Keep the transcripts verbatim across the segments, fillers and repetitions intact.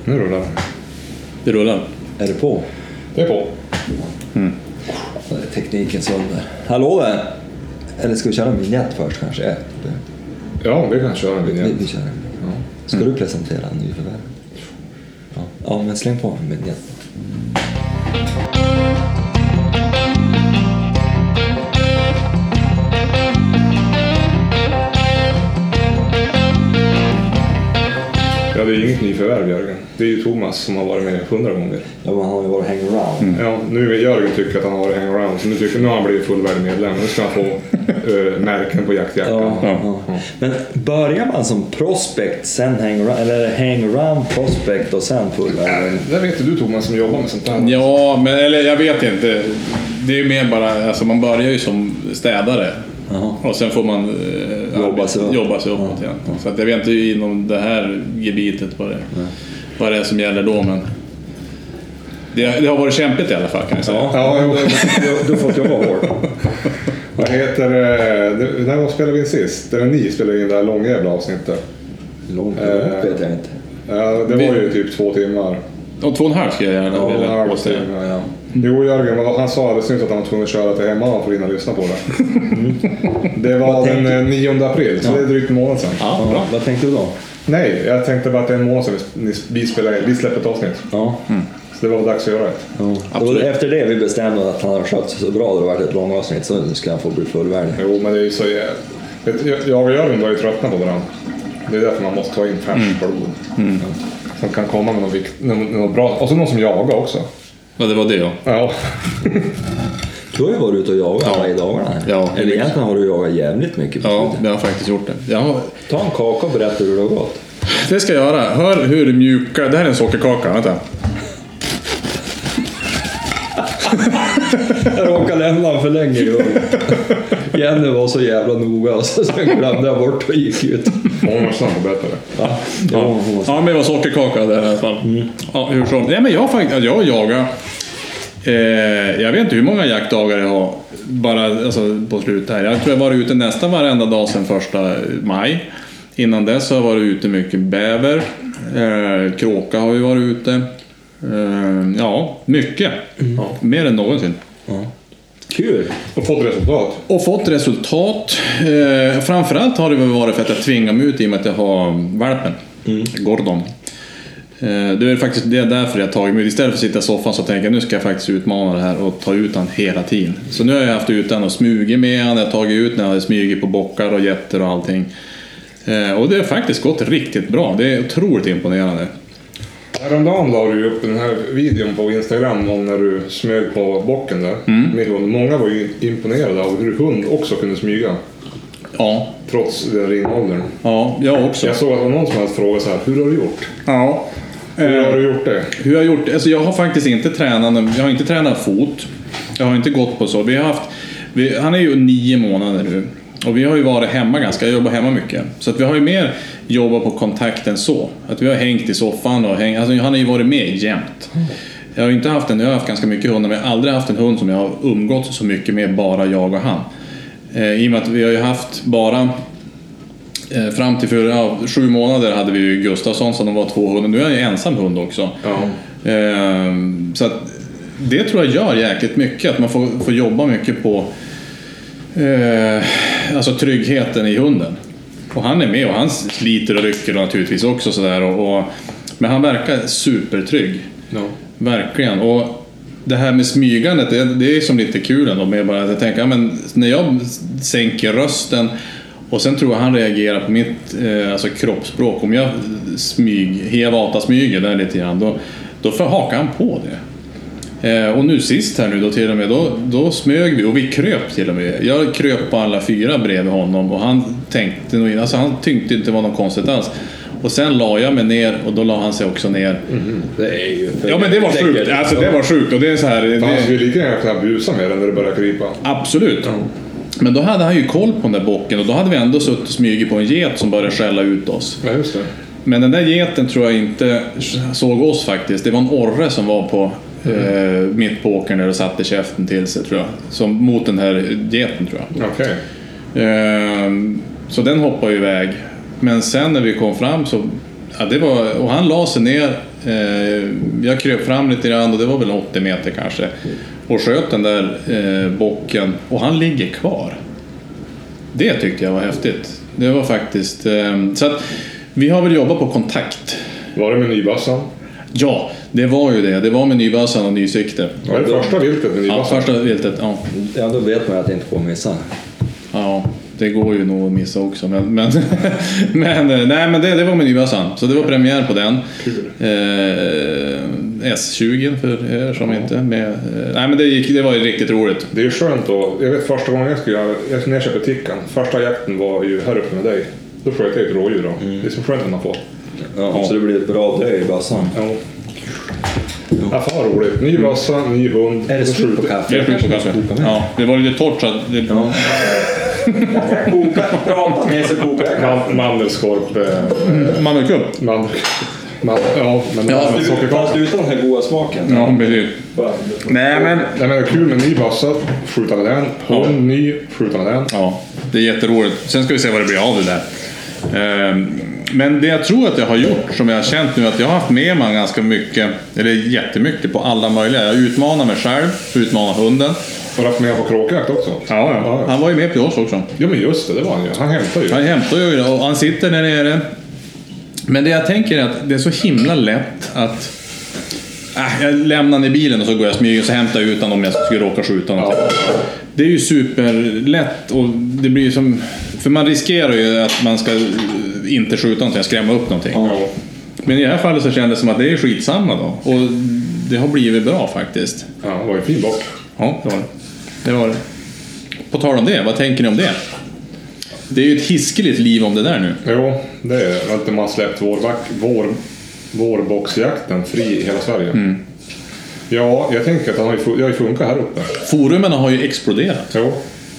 Nu rullar det. rullar. Är det på? Det är på. Mm. Det är teknikens under. Hallå där! Eller ska vi köra en vignett först kanske? Ja, vi kan köra en vignett. Vi, vi kör. Ja. Ska mm. du presentera en ny förvärv? Ja. ja, men släng på en vignett. Ja, det är inget nyförvärv, Jörgen. Det är ju Thomas som har varit med hundra gånger. Ja, men han har ju varit hangaround. Mm. Ja, nu är Jörgen tycker att han har varit hangaround. Så nu tycker nu har han blivit fullvärdig medlem. Nu ska han få uh, märken på jaktjackan. Ja, ja. Ja. Ja. Men börjar man som prospect, sen hangaround, eller hangaround, prospect och sen fullvärdig? Ja, det vet du Thomas som jobbar med sånt här. Ja, men eller jag vet inte. Det är mer bara, alltså man börjar ju som städare. Aha. Och sen får man eh, jobba sig upp. Jobba sig uppåt igen. Så att jag vet inte inom det här gebitet vad det, vad det är som gäller då, men det, det har varit kämpigt i alla fall, kan jag säga. Ja, ja du, du har fått jobba hårt. Vad heter det? När var spelade vi in sist? Det var ni spelade in det här långa jävla avsnittet. Långt äh, vet jag inte. Ja, det var ju typ två timmar. Och två och en halv ska jag gärna ja, vilja halv påstå. Timmar, ja. Jo, Jörgen, han sa alldeles nyss att han var tvungen att köra till hemma för att hinna lyssna på det. Mm. Det var den nionde april, så ja. Det är drygt en månad sedan. Ja, bra. Vad tänkte du då? Nej, jag tänkte bara att det är en månad sedan vi, vi, spelade, vi släppte ett avsnitt. Ja. Mm. Så det var dags att göra ett. Ja. Det var efter det vi bestämde att han har skött sig så bra, det har varit ett långt avsnitt, så nu ska han få bli fullvärdig. Jo, men det är ju så jävligt. Jag och Jörgen var ju tröttna på varandra. Det är därför man måste ta in färskt blod. Mm. Mm. Som kan komma med något, vikt, något bra. Och så någon som jagar också. Ja, det var det, ja. Ja. Du har ju varit ute och jagat alla i dagarna. Ja, eller egentligen har du jagat jävligt mycket. Ja, jag har faktiskt gjort det. Har... Ta en kaka och berätta hur det har gått. Det ska jag göra. Hör hur mjuka... Det här är en sockerkaka, vänta. Jag råkade lämna för länge. Jenny var så jävla noga och så sen glömde jag bort och gick ut. Hon var snabb och berättade. Ja, ja. ja, men det var sockerkaka där i alla fall. Mm. Ja, hur så? Nej, men jag har faktiskt... Jag jagar... Eh, jag vet inte hur många jaktdagar jag har bara alltså, på slutet här. Jag tror jag var ute nästan varenda dag sedan första maj. Innan dess har jag varit ute mycket bäver. Eh, kråka har vi varit ute. Eh, ja, mycket. Mm. Ja, mer än någonsin. Ja. Kul. Och fått resultat. Och fått resultat. Eh, framförallt har det väl varit för att jag tvingar mig ut i och med att jag har valpen. Mm. Gordon. Det är faktiskt det därför jag tagit mig. Istället för att sitta i soffan så tänker jag nu ska jag faktiskt utmana det här och ta ut han hela tiden. Så nu har jag haft ut han och smugit med han. Jag har tagit ut när jag har smugit på bockar och jätter och allting. Och det har faktiskt gått riktigt bra. Det är otroligt imponerande. Häromdagen la du upp den här videon på Instagram om när du smög på bocken där. Mm. Med hund. Många var ju imponerade av hur hund också kunde smyga. Ja. Trots den ringåldern. Ja, jag också. Jag såg att det var någon som hade frågat så här, hur har du gjort? Ja. Hur har du gjort det? Hur jag har gjort det? Alltså jag har faktiskt inte tränat, jag har inte tränat fot. Jag har inte gått på så. Vi har haft, vi, han är ju nio månader nu. Och vi har ju varit hemma ganska, jag jobbar hemma mycket. Så att vi har ju mer jobbat på kontakt än så. Att vi har hängt i soffan och hängt, alltså han har ju varit med jämt. Jag har ju inte haft en, jag har haft ganska mycket hundar, men jag har aldrig haft en hund som jag har umgått så mycket med, bara jag och han. Eh, I och med att vi har ju haft bara eh, fram till för ja, sju månader hade vi ju Gustafsson som de var två hundar. Nu är jag ju ensam hund också. Ja. Eh, så att det tror jag gör jäkligt mycket, att man får, får jobba mycket på eh, alltså tryggheten i hunden. Och han är med och han sliter och rycker naturligtvis också sådär. Och, och, men han verkar supertrygg. Ja. Verkligen. Och det här med smygandet, det, det är som lite kul ändå. Med bara att jag tänker, ja, men när jag sänker rösten och sen tror jag han reagerar på mitt eh, alltså kroppsspråk. Om jag smyg, hevata smyger där lite grann, då, då förhakar han på det. Eh, och nu sist här nu då till och med, då, då smög vi och vi kröp till och med. Jag kröp på alla fyra bredvid honom och han tänkte nog in, alltså han tyckte inte det var något konstigt alls. Och sen la jag mig ner och då la han sig också ner. Mm, det är ju... Ja, men det var sjukt. Alltså det var sjukt och det är så här... Det... Han skulle lika gärna kunna busa med den när det började krypa. Absolut. Mm. Men då hade han ju koll på den där bocken och då hade vi ändå suttit och smugit på en get som började skälla ut oss. Ja, just det. Men den där geten tror jag inte såg oss faktiskt. Det var en orre som var på mm. eh, mitt på åkern där och satte käften till sig, tror jag. Som mot den här geten, tror jag. Okej. Okay. Eh, så den hoppade iväg. Men sen när vi kom fram så... Ja, det var, och han la sig ner Eh, jag kröp fram lite grann och det var väl åttio meter kanske. Och sköt den där eh, bocken och han ligger kvar. Det tyckte jag var häftigt. Det var faktiskt... Eh, så att vi har väl jobbat på kontakt. Var det med nybassan? Ja, det var ju det. Det var med nybassan och nysikte. Ja, det första viltet med nybassan. Ja, första viltet, ja. Ja, då vet man att det inte får missa. Ja, det går ju nog att missa också. Men, men, men, nej, men det, det var med nybassan. Så det var premiär på den. Eh, S tjugo för er som ja. inte med. Eh, nej, men det, gick, det var ju riktigt roligt. Det är skönt då. Jag vet första gången jag skulle göra, jag skulle ner köpa tickan. Första jakten var ju här uppe med dig. Då sköt jag ett rådjur då. Mm. Det är så skönt att man får. Ja, ja. Så det blir ett bra dö i bassan. Ja. Ja, fan roligt. Ny bassa, mm. ny hund. Är det slut på kaffe? Det är slut på kaffe. Ja, det var lite torrt så att det... Ja. Jag kokar, pratar med sig kokar. Man, mandelskorp. Eh, Mandelkupp. Man, man, ja, men ja, fast utan den här goda smaken. Ja, precis. Nej, men... Nej, men det är kul med ny bassa, skjuta med den. Hund, ja. ny, skjuta med den. Ja, det är jätteroligt. Sen ska vi se vad det blir av det där. Ehm, men det jag tror att jag har gjort, som jag har känt nu, att jag har haft med mig ganska mycket, eller jättemycket på alla möjliga. Jag utmanar mig själv, utmanar hunden. Har du haft med på kråkjakt också? Ja, ja, ja. Han var ju med på oss också. Ja, men just det, det var han ju. Han hämtar ju. Han hämtar ju och han sitter där nere. Men det jag tänker är att det är så himla lätt att äh, jag lämnar han i bilen och så går jag smyger och så hämtar jag ut honom om jag skulle råka skjuta någonting. Ja. Det är ju superlätt och det blir som, för man riskerar ju att man ska inte skjuta någonting, skrämma upp någonting. Ja. Men i det här fallet så kändes det som att det är skitsamma då. Och det har blivit bra faktiskt. Ja, det var ju fin bock. Ja, det var det. Det var det. På tal om det, vad tänker ni om det? Det är ju ett hiskeligt liv om det där nu. Jo, det är det. Inte man släppt vår, vår, vårboxjakten fri i hela Sverige. Mm. Ja, jag tänker att han har ju, jag har ju funkat här uppe. Forumen har ju exploderat. Jo.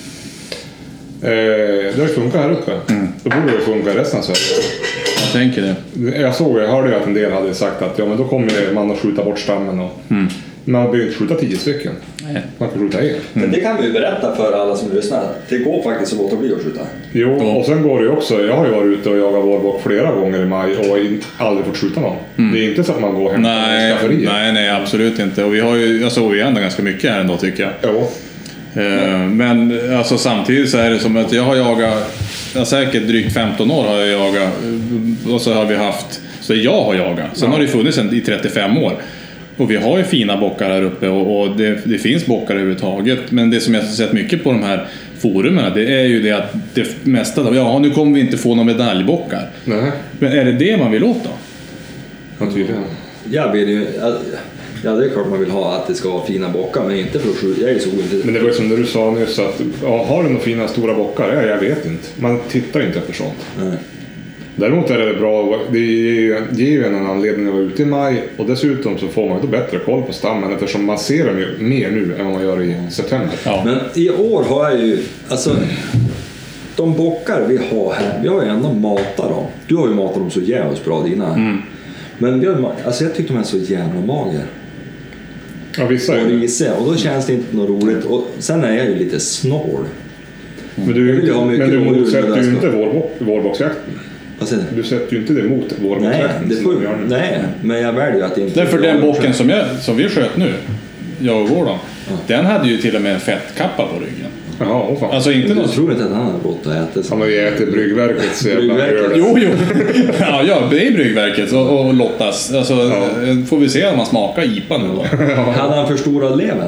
Eh, det har ju funkat här uppe. Mm. Då borde det funka i resten av Sverige. Jag tänker det. Jag såg, jag hörde ju att en del hade sagt att ja, men då kommer man att skjuta bort stammen. Och, mm. Man behöver inte skjuta tio stycken. Nej. Man kan skjuta en. Mm. Men det kan vi ju berätta för alla som lyssnar. Det går faktiskt att låta bli att skjuta. Jo, mm. och sen går det ju också. Jag har ju varit ute och jagat vårbock flera gånger i maj och aldrig fått skjuta någon. Mm. Det är inte så att man går hem nej, till skafferiet. Nej, nej, absolut inte. Och vi har ju, jag såg ju ändå ganska mycket här ändå tycker jag. Jo. Uh, men alltså, samtidigt så är det som att jag har jagat, jag säkert drygt femton år har jag jagat och så har vi haft, så jag har jagat. Sen ja. har det funnits en, i trettiofem år. Och vi har ju fina bockar här uppe och, och det, det finns bockar överhuvudtaget. Men det som jag har sett mycket på de här forumerna, det är ju det att det mesta, ja nu kommer vi inte få några medaljbockar. Nej. Men är det det man vill åt då? Ja, tydligen. Jag vill ju, ja det är klart man vill ha att det ska vara fina bockar, men inte för att skjuta. Jag är så ointresserad. Men det var ju som när du sa nyss att ja, har du några fina stora bockar? Ja, jag vet inte. Man tittar inte efter sånt. Nej. Däremot är det bra, det ger ju en anledning att vara ute i maj och dessutom så får man då bättre koll på stammen eftersom man ser dem ju mer nu än vad man gör i september. Ja. Men i år har jag ju, alltså de bockar vi har här, vi har ju ändå matat dem. Du har ju matat dem så jävligt bra dina. Mm. Men vi har, alltså jag tyckte de är så jävla mager. Ja, vissa är det. Och då känns det inte något roligt. Och sen är jag ju lite snål. Mm. Men du, men du motsätter ju inte vår, vårboxjakten. Du sätter ju inte det mot vårboxjakten. Nej, får, nej, men jag väljer att inte... Därför den bocken som, jag, som vi sköt nu, jag och Gordon, ja. den hade ju till och med en fettkappa på ryggen. Jaha, åh fan. Alltså inte jag något... tror inte att han hade gått och ätit. Han har ju ätit bryggverkets bryggverket. Jo, jo. Ja, ja, det är bryggverket och, och Lottas. Alltså, ja. Får vi se om man smakar I P A nu då. Ja. Hade han förstorad lever?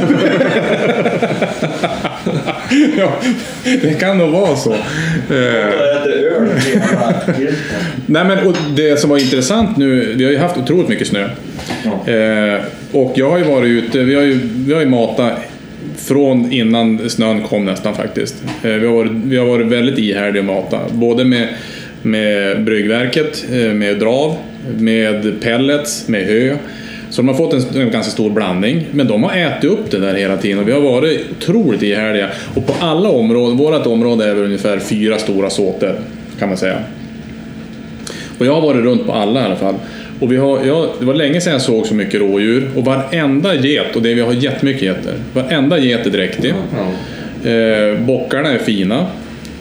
Ja, det kan nog vara så. Nej, men och det som var intressant nu, vi har ju haft otroligt mycket snö. Ja. Eh, och jag har ju varit ute, vi har ju, vi har ju matat från innan snön kom nästan faktiskt. Eh, vi, har varit, vi har varit väldigt ihärdiga att mata. Både med, med bryggverket, eh, med drav, med pellets, med hö. Så de har fått en, en ganska stor blandning. Men de har ätit upp det där hela tiden. Och vi har varit otroligt ihärdiga. Och på alla områden, vårt område är väl ungefär fyra stora såter kan man säga. Och jag har varit runt på alla i alla fall. Och vi har, ja, det var länge sedan jag såg så mycket rådjur. Och varenda get, och det vi har jättemycket getter. Varenda get är dräktig. Mm. Eh, bockarna är fina.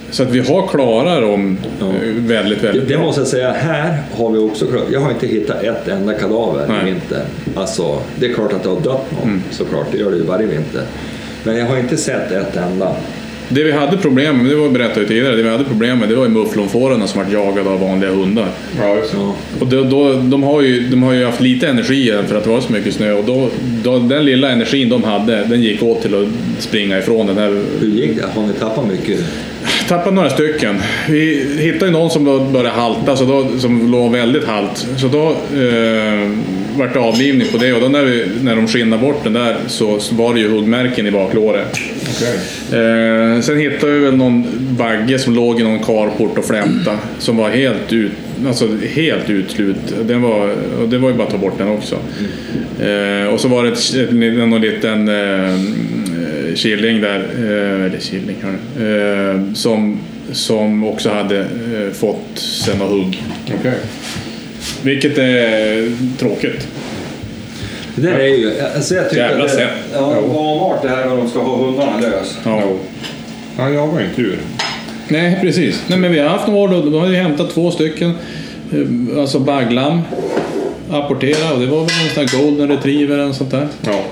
så att vi har klarat dem ja. väldigt, väldigt det, bra. Det måste jag säga, här har vi också klarat. Jag har inte hittat ett enda kadaver Nej. i vinter. Alltså, det är klart att det har dött någon, mm. såklart, det gör det ju varje vinter. Men jag har inte sett ett enda. Det vi hade problem med, det var berättat tidigare, det vi hade problem med, det var ju mufflonfårarna som var jagade av vanliga hundar. Ja, just det. Ja. Och då, då, de, har ju, de har ju haft lite energi för att det var så mycket snö, och då, då, den lilla energin de hade, den gick åt till att springa ifrån den här. Hur gick det? Har ni tappat mycket? Tappat några stycken. Vi hittade ju någon som då började halta, så då, som låg väldigt halt. Så då eh, var det avlivning på det, och då när, vi, när de skinnade bort den där så, så var det ju huggmärken i baklåret. Okay. Eh, sen hittade vi väl någon bagge som låg i någon carport och flämta som var helt ut, alltså helt utslut. Den var, och det var ju bara att ta bort den också. Mm. Eh, och så var det ett, ett, någon liten eh, killing där, eh, eller killing eh, som, som också hade eh, fått sen några hugg. Okay. Vilket är tråkigt. Det där är ju, alltså jag tycker Jävla att det, ja, ja, vanvart det här när de ska ha hundarna lös. Ja. Ja, jag var inte ur. Nej, precis. Nej, men vi har haft några år då, då har vi hämtat två stycken, alltså baglam, apportera, och det var väl en sån här golden retriever eller sånt där. Ja.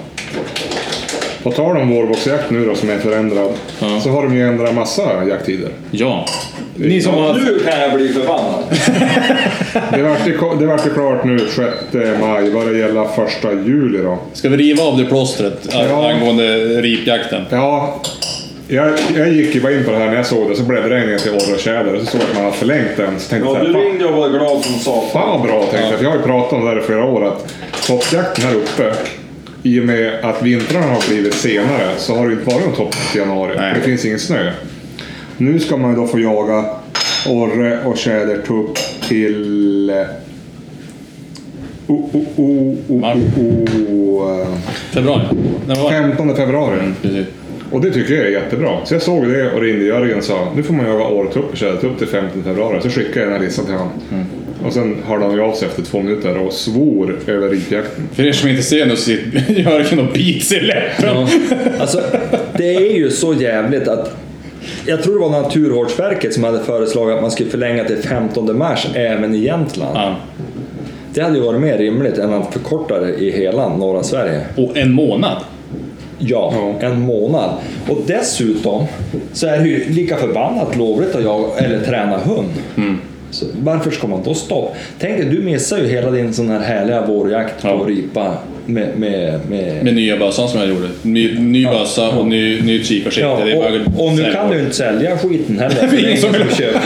På tal om vårboxjakt nu då, som är förändrad, ja. så har de ju ändrat massa jakttider. Ja. Ni som ja, har... Nu kan jag bli förbannad. det vart det, det vart det klart nu sjätte maj, vad det gäller första juli då. Ska vi riva av det plåstret ja. angående ripjakten? Ja, jag, jag gick ju bara in på det här när jag såg det, så blev det räkningen till Orre och Tjäder, och så såg jag att man hade förlängt den. Så tänkte ja, jag, du ringde och var glad som sa. Fan bra, tänkte jag. Ja. För jag har ju pratat om det här i flera år, att toppjakten här uppe, i och med att vintrarna har blivit senare, så har det inte varit någon topp i januari. Nej. Det finns ingen snö. Nu ska man ju då få jaga orre och tjädertupp till uh, uh, uh, uh, uh, februari. femtonde februari. Mm, precis. Och det tycker jag är jättebra. Så jag såg det och ringde Jörgen och sa, nu får man jaga orretupp och tjädertupp till femtonde februari. Så skickade jag den här listan till honom. Mm. Och sen hörde han ju av sig efter två minuter och svor över ripjakten. För er som inte ser nu, så Jörgen och bits i läppen. Ja. Alltså, det är ju så jävligt att jag tror det var Naturvårdsverket som hade föreslagit att man skulle förlänga till femtonde mars även i Jämtland. Ja. Det hade ju varit mer rimligt än att förkorta det i hela norra Sverige. Och en månad? Ja, ja, en månad. Och dessutom så är det ju lika förbannat lovligt att jag eller träna hund. Mm. Så varför ska man då stoppa? Tänk dig, du missar ju hela din sån här härliga vårjakt på ja. ripa med, med, med... med nya bössan som jag gjorde. Ny, ny ja. bössa ja. och ny, ny kikarskikt. Ja, och, och nu kan du inte sälja skiten heller. Det är ingen som vill köpa.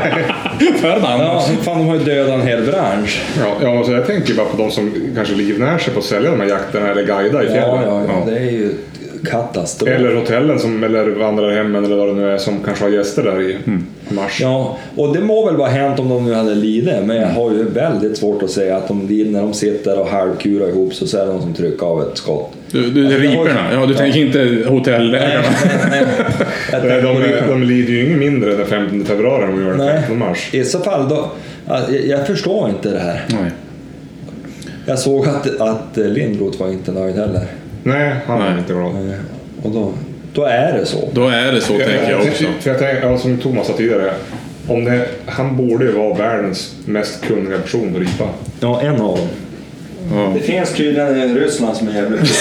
Ja, fan, de har ju dödat en hel bransch. Ja, ja, alltså jag tänker bara på de som kanske livnär sig på att sälja de här jakterna eller guida i fjällen. Ja, ja, ja, ja. Det är ju katastrof. Eller hotellen som, eller vandrarhemmen eller vad det nu är, som kanske har gäster där i mm. mars. Ja, och det må väl vara hänt om de nu hade lidit, men jag har ju väldigt svårt att säga att de lider när de sitter och halvkurar ihop, så ser de som trycker av ett skott. Du, du alltså, riperna, ja du ja. tänker inte hotellägarna. Nej, nej, nej. de, de, de lider ju ingen mindre den femtonde februari än de gör den femtonde mars. I så fall då, jag, jag förstår inte det här. Nej. Jag såg att, att Lindroth var inte nöjd heller. Nej, han är inte glad. Och då, då är det så. Då är det så, jag, tänker jag, jag också. För jag tänker, ja, som Thomas sa tidigare, om det, han borde ju vara världens mest kunniga person på ripa. Ja, en av dem. Ja. Det finns tydligen en Ryssland som är jävligt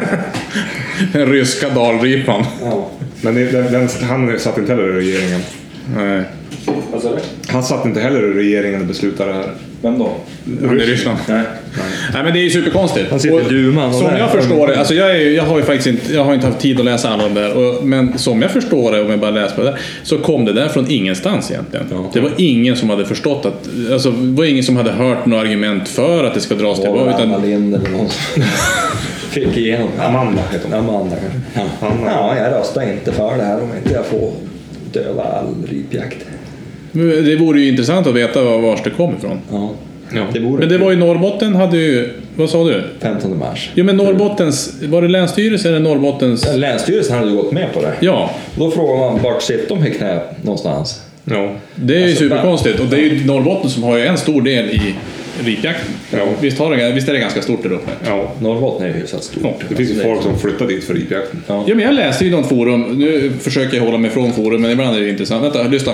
den ryska dalripan. Ja. Men det, den, den, han satt inte heller i regeringen. Nej. Vad sa du? Han satt inte heller i regeringen och beslutade det här. Vem då? Han är Ryssland. Nej. Nej. Nej, men det är ju superkonstigt. Han sitter i duman. Som jag förstår det, alltså jag, är, jag har ju faktiskt inte, jag har inte haft tid att läsa alla de där. Och, men som jag förstår det, om jag bara läser på det där, så kom det där från ingenstans egentligen. Ja. Det var ingen som hade förstått att, alltså det var ingen som hade hört några argument för att det ska dras tillbaka. Utan... Anna Lind eller någon fick igenom. Amanda heter hon. Amanda kanske. Ja. Ja, jag röstar inte för det här om inte jag får döda all ripjakt. Det vore ju intressant att veta var det kom ifrån. Ja. Ja. Det men det var ju Norrbotten hade ju, vad sa du? femtonde mars. Jo, men Norrbottens, var det länsstyrelsen eller Norrbottens? Ja, länsstyrelsen hade ju gått med på det. Ja. Då frågar man, vart sitter de i knä någonstans? Ja. Det är ju alltså, superkonstigt. Och det är ju Norrbotten som har ju en stor del i, ripjakten. Ja. Visst, har det, visst är det ganska stort där uppe? Ja. Norrbotten är ju hyfsat stort. Ja, Det finns ju folk som flyttar dit för ripjakten. Ja. Ja, men jag läste ju något forum. Nu försöker jag hålla mig från forum, men ibland är det intressant. Vänta, lyssna.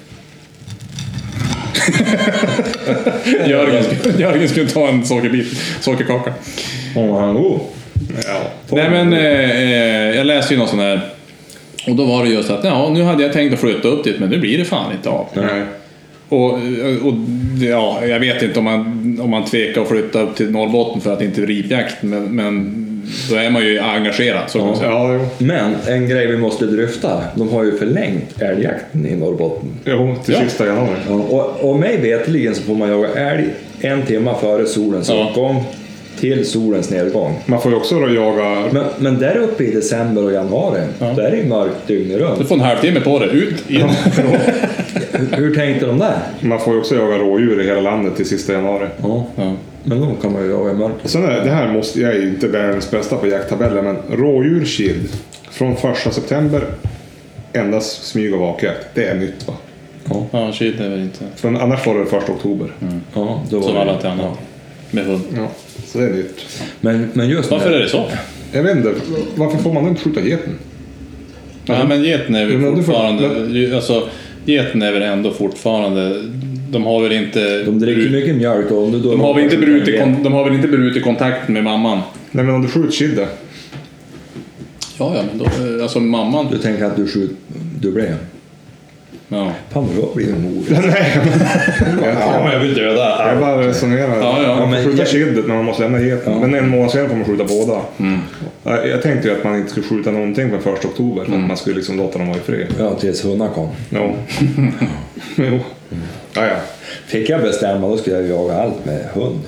Jörgen, Jörgen skulle ta en sockerbit, sockerkaka. Oh. Ja. Nej, men eh, jag läste ju någon sån här. Och då var det just att ja, nu hade jag tänkt att flytta upp dit, men nu blir det fan inte av. Nej. Och, och ja, jag vet inte om man, om man tvekar att flytta upp till Norrbotten för att inte ripjakt, men, men då är man ju engagerad. Så Ja, ja, jo. Men en grej vi måste dryfta, de har ju förlängt älgjakten i Norrbotten. Jo, till Ja. sista januari. Ja, och, och mig veteligen så får man jaga älg en timme före solens Ja. uppgång till solens nedgång. Man får ju också då jaga... Men, men där uppe i december och januari, Ja. där är det ju mörkt dygnet du runt. får en halvtimme på det, ut, in. Hur, hur tänkte de där? Man får ju också jaga rådjur i hela landet till sista januari. Ja. Ja. Men då kan man ju jaga i mörker. Och sen är det här måste jag är inte världens bästa på jakttabeller, men rådjurskild från första september endast smyg och vakjakt. Det är nytt, va? Ja. Ja, shit, det är väl inte. För annars var det första oktober. Ja, då var Som det- alla till annat. Med hund. Ja, så det är nytt. Men, men just Varför när- är det så? Jag vet inte, varför får man inte skjuta geten? Ja, men geten är väl Men du får- fortfarande... Alltså, geten är väl ändå fortfarande... De har väl inte... de dricker mycket mjölk och då, då De har väl inte brutit, kon, de har väl inte brutit kontakten med mamman? Nej, men om du skjuter kidde. Ja, ja, men då... Alltså mamman... Du tänker att du skjuter dubbel. Ja. Fan, då blir det mord. Nej, men jag vill döda. jag bara resonerar. Ja, ja. Man Men får skjuta jag- kiddet när man måste lämna geten. Ja. Men en månad senare får man skjuta båda. Mm. Jag jag tänkte ju att man inte skulle skjuta någonting på första oktober. För att man skulle liksom låta dem vara i fred. Ja, tills hundar kom. Ja. Jo. Ja, ja. Fick jag bestämma, då skulle jag ju jaga allt med hund.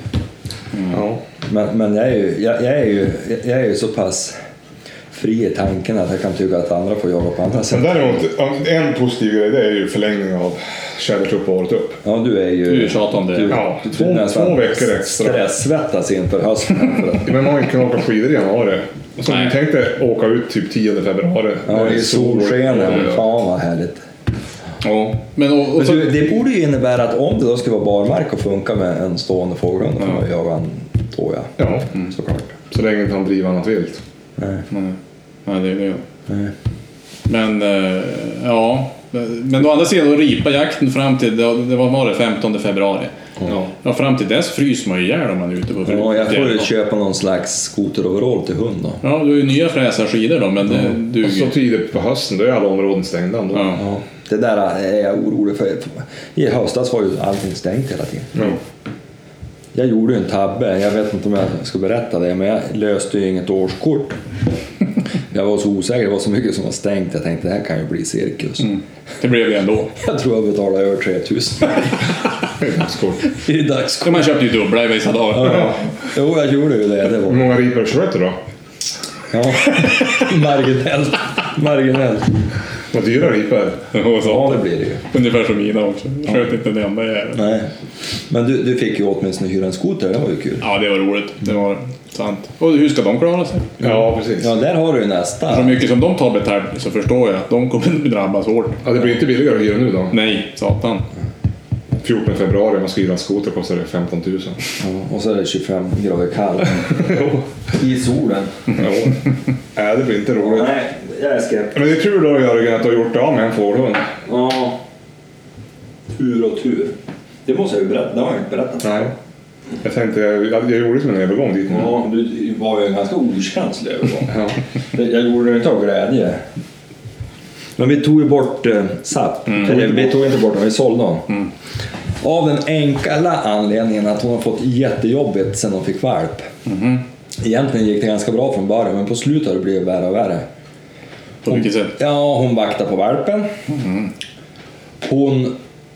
Ja. Men, men jag, är ju, jag, jag, är ju, jag är ju så pass fri i tanken att jag kan tycka att andra får jaga på andra sätt. Men däremot, en positiv grej det är ju förlängning av tjädertupp året upp. Ja, du är ju... Du tjatar om det. Du, Ja, du två- nästan två veckor extra. stressvettas inför hösten. För att, Men man har ju kunnat åka skidor i januari. Och så Nej. vi tänkte åka ut typ tionde februari. ja, Det är i sol- solskenet. Ja. Fan vad härligt. Ja. Men och, och Men så, du, det borde ju innebära att om det då ska vara barmark och funka med en stående fågelhund, då får man ju jaga en tåja. Ja, Såklart. så länge inte han driver annat vilt. Nej. nej, nej, det är det. Nej. Men eh, ja, men å andra sidan då ripa jakten fram till det det var, var det femtonde februari. Ja. Ja, fram till dess fryser man ju ihjäl om man är ute på Ja, jag får ju fjällen. köpa någon slags skoteroverall till hund då. Ja, du har ju nya fräsa skidor då, men det Och duger. så tidigt på hösten, då är alla områden stängda ändå. Ja. Ja, det där är jag orolig för. I höstas var ju allting stängt hela tiden. Ja. Jag gjorde ju en tabbe, jag vet inte om jag ska berätta det, men jag löste ju inget årskort. Jag var så osäker, det var så mycket som var stängt. Jag tänkte det här kan ju bli cirkus. Mm. Det blev det ändå. Jag tror jag betalade över tre tusen Skort. i dagskort. Så man köpte ju dubbla i vissa dagar. Ja. Jo, jag gjorde ju det. det Hur var. många ripor sköt du då? Ja. Marginellt. Marginellt. Vad dyra ripor? Och Ja, så. det blir det ju. Ungefär som mina också. Jag sköt inte den enda jäveln. Nej. Men du, du fick ju åtminstone hyra en skoter, det var ju kul. Ja, det var roligt. Det var sant. Och hur ska de klara sig? Ja, precis. Ja, Ja, där har du ju Så nästa. mycket som de tar betalt så förstår jag att de kommer att drabbas hårt. det blir inte billigare att hyra nu då. Nej, satan. fjortonde februari, man ska hyra en skoter, kostar det femton tusen. Ja, och så är det tjugofem grader kallt. Jo. I solen. Ja. Nej, det blir inte roligt. Nej, jag är skeptisk. Men det är tur då, Jörgen, att du har gjort det av med en fågelhund. Ja. Tur och tur. Det måste jag ju berätta, det har jag inte berättat. Nej. Jag tänkte, jag, jag gjorde som en övergång dit nu. Ja, du var ju en ganska okänslig övergång. Ja. Jag gjorde det inte av glädje. Men vi tog ju bort eh, S A P. Eller, vi tog inte bort den, vi sålde den. Mm. Av den enkla anledningen att hon har fått jättejobbigt sedan hon fick valp. Mhm. Egentligen gick det ganska bra från början, men på slutet har det blivit värre och värre. På vilket sätt? Ja, hon vaktade på valpen. Mhm. Hon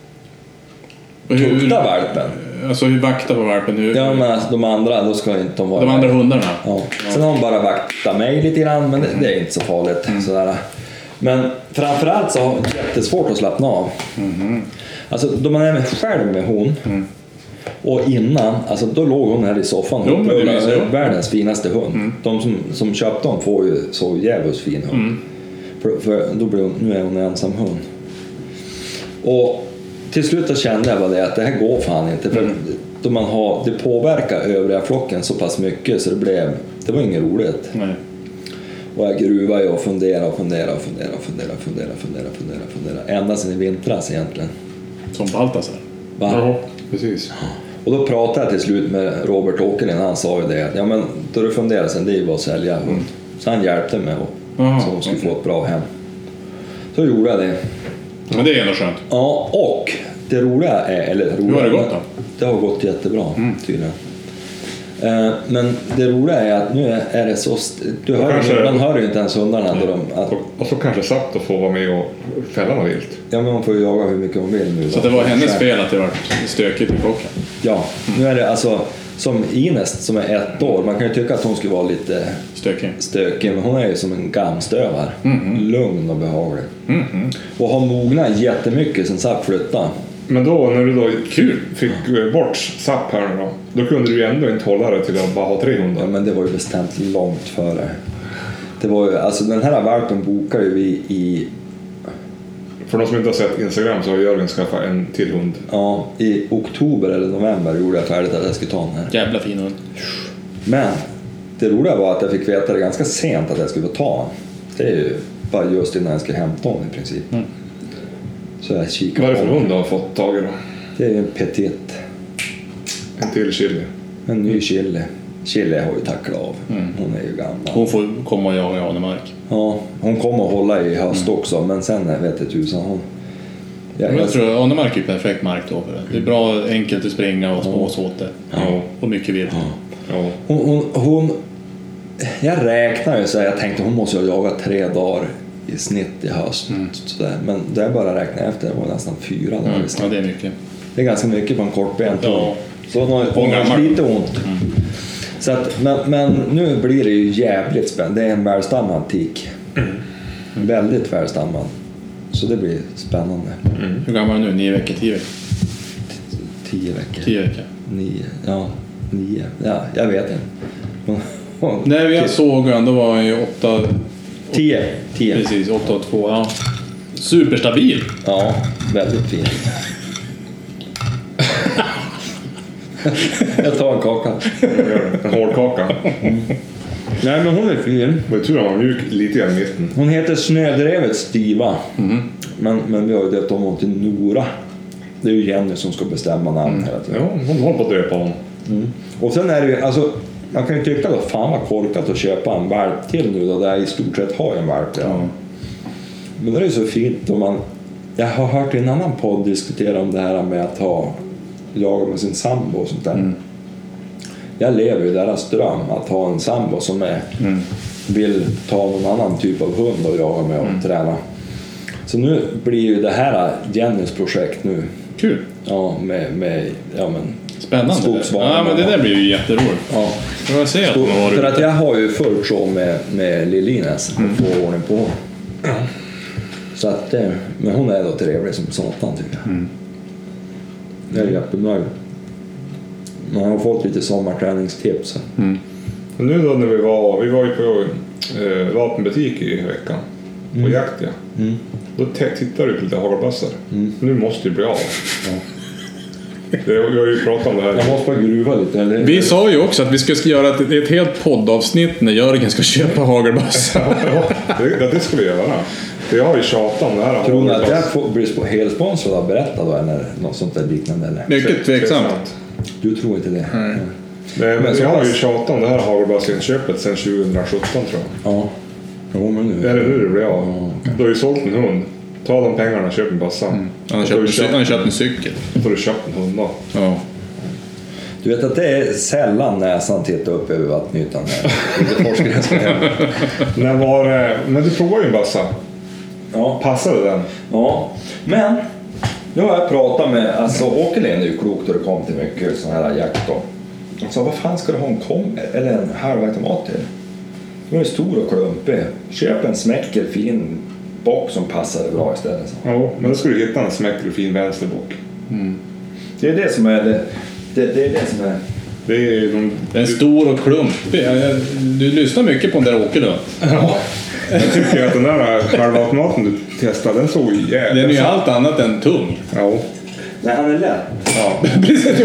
Och hur- tuktade valpen. Alltså hur vaktar på valpen? Hur, Ja, men alltså, de andra, då ska inte de vara... de andra hundarna? Ja. Sen har hon bara vaktat mig lite grann, men det, det är inte så farligt. Sådär. Men framförallt så har hon jättesvårt att slappna av. Alltså då man är själv med hon och innan, alltså då låg hon här i soffan. Jo, men det Hon visar är jag. världens finaste hund. De som, som köpte hon får ju så jävligt fin hund. För, för då blir hon, nu är hon en ensam hund. Och till slut så kände jag bara det att det här går fan inte. För då man har, det påverkar övriga flocken så pass mycket så det blev, det var inget roligt. Nej. Och jag gruvade och funderade och funderade och funderade och funderade och funderade och funderade och funderade, funderade. Ända sedan i vintras egentligen. Som Baltasar. Va? Ja, precis. Och då pratade jag till slut med Robert Åkerlind. Han sa ju det. Ja, men då du funderar sen, det är ju bara att sälja hund. Mm. Så han hjälpte mig och, Aha, så hon skulle okay. få ett bra hem. Så gjorde jag det. Men det är ändå skönt. Ja, och det roliga är... Eller roliga, hur har det gått då? Det har gått jättebra, mm. tydligen. Men det roliga är att nu är det så... Du hör, kanske, man hör ju inte ens hundarna. Då de, att, och, och så kanske sagt att få vara med och fälla något vilt. Ja, men man får ju jaga hur mycket hon vill nu. Så det var hennes fel att det var stökigt i flocken? Ja, nu är det alltså... Som Ines som är ett år, man kan ju tycka att hon skulle vara lite stökig, stökig men hon är ju som en gamstövar. Mm-hmm. Lugn och behaglig. Mm-hmm. Och har mognat jättemycket sen Zapp flyttade. Men då när du då kul fick bort Zapp här nu då, då kunde du ju ändå inte hålla det till att bara ha tre hundar. Ja, men det var ju bestämt långt före. Det var ju, alltså den här valpen bokar ju vi i... För de som inte har sett Instagram så har Jörgen skaffat en till hund. Ja, i oktober eller november gjorde jag färdigt att jag skulle ta den här. Jävla fin hund. Men det roliga var att jag fick veta det ganska sent att jag skulle ta den. Det är ju bara just innan jag skulle hämta den i princip. Mm. Så jag kikade. Vad är det för hund du har fått tag i då? Det är en petit. En till chili. En ny chili. Chili har ju tacklat av. Mm. Hon är ju gammal. Hon får komma och jaga i Arnemark. Ja, hon kommer att hålla i höst mm. också. Men sen vet jag tusan hon... Jag, jag tror att Arnemark är perfekt mark då för det. Det är bra, enkelt att springa och små såter. Ja. Och mycket vilt. Ja. Ja. Hon, hon, hon... Jag räknar ju så här, jag tänkte hon måste ju jaga tre dagar i snitt i höst. Mm. Sådär. Men det jag bara räknade efter det var nästan fyra dagar mm. i snitt. Ja, det är mycket. Det är ganska mycket på en kort ben. Ja. Så hon har, hon har lite ont. Mm. Så att, men, men nu blir det ju jävligt spännande. Det är en välstammad tik. Mm. Väldigt välstammad. Så det blir spännande. Mm. Hur gammal är nu? Nio veckor? Tio veckor? Tio veckor. Tio veckor? Nio. Ja, nio. Ja, jag vet inte. Hon, hon, Nej, jag såg den. Då var han ju åtta... Tio. Tio. Precis, åtta och två. Ja. Superstabil. Ja, väldigt fin. Jag tar en kaka. En hård kaka. Mm. Nej, men hon är fin. Vad är tur att man mjuk lite i mitten. Hon heter Snödrevet Stiva. Mm. Men, men vi har ju döpt om hon till Nora. Det är ju Jenny som ska bestämma namn mm. hela tiden. Ja, hon håller på att döpa honom. Mm. Och sen är det ju, alltså, man kan ju tycka att fan vad korkat att köpa en valp till nu då, där jag i stort sett har en valp. Ja. Mm. Men det är ju så fint om man... Jag har hört i en annan podd diskutera om det här med att ha jaga med sin sambo och sånt där. Mm. Jag lever ju deras dröm att ha en sambo som är, mm. vill ta någon annan typ av hund och jaga med och mm. träna. Så nu blir ju det här Jennys projekt nu. Kul. Ja, med, med ja, men spännande. Ja, men det där blir ju jätteroligt. Ja. Jag ser att Skog, för att jag har ju förut så med, med Lillines mm. och få ordning på hon. Mm. Så att, men hon är då trevlig som satan tycker jag. Mm. Jag är jättenöjd. Man har fått lite sommarträningstips. Mm. Och nu då när vi var, vi var ju på eh, vapenbutik i veckan. På mm. jakt, ja. Mm. Då t- tittar du på lite hagelbössor. Mm. Nu måste det bli av. Ja. Det, vi har ju pratat om det här. Jag måste bara gruva lite. Eller? Vi sa ju också att vi ska göra ett, ett helt poddavsnitt när Jörgen ska köpa hagelbössor. Ja, det, det ska vi göra. Jag har ju tjatat om det här. Tror ni att jag får, blir helt sponsrad av Berätta då? Eller något sånt där liknande? Eller? Mycket tveksamt. Du tror inte det? Mm. Men, men jag har ju tjatat om det här hagelbössinköpet sedan tjugosjutton tror jag. Ja. Jo, men nu. Är det nu det blir av? Ja, okay. Du har ju sålt en hund. Ta de pengarna och köp en bössa. Mm. Han har köpt, köpt, han köpt en cykel. Då får du köpt en hund då. Ja. Du vet att det är sällan näsan tittar upp över vattenytan här. När var det... Men du provar ju en bössa. Ja. Passade den? Ja. Men nu har jag pratat med... Alltså Åkerlind är ju klokt och det kom till mycket sån här jakt då. Jag sa, vad fan ska du ha en kom eller en halvautomat till? Den är stor och klumpig. Köp en smäcker fin bock som passar bra istället. Så. Ja, men då ska du hitta en smäcker fin vänsterbock. Mm. Det är det som är det. Det, det är det som är... Det är någon... Den är stor och klumpig. Du lyssnar mycket på den där Åkerlund. Ja. Jag tycker att den där halvautomaten du testade, den såg ju jävligt. Den är ju allt annat än tung. Ja. Nej, han är lätt. Ja, precis.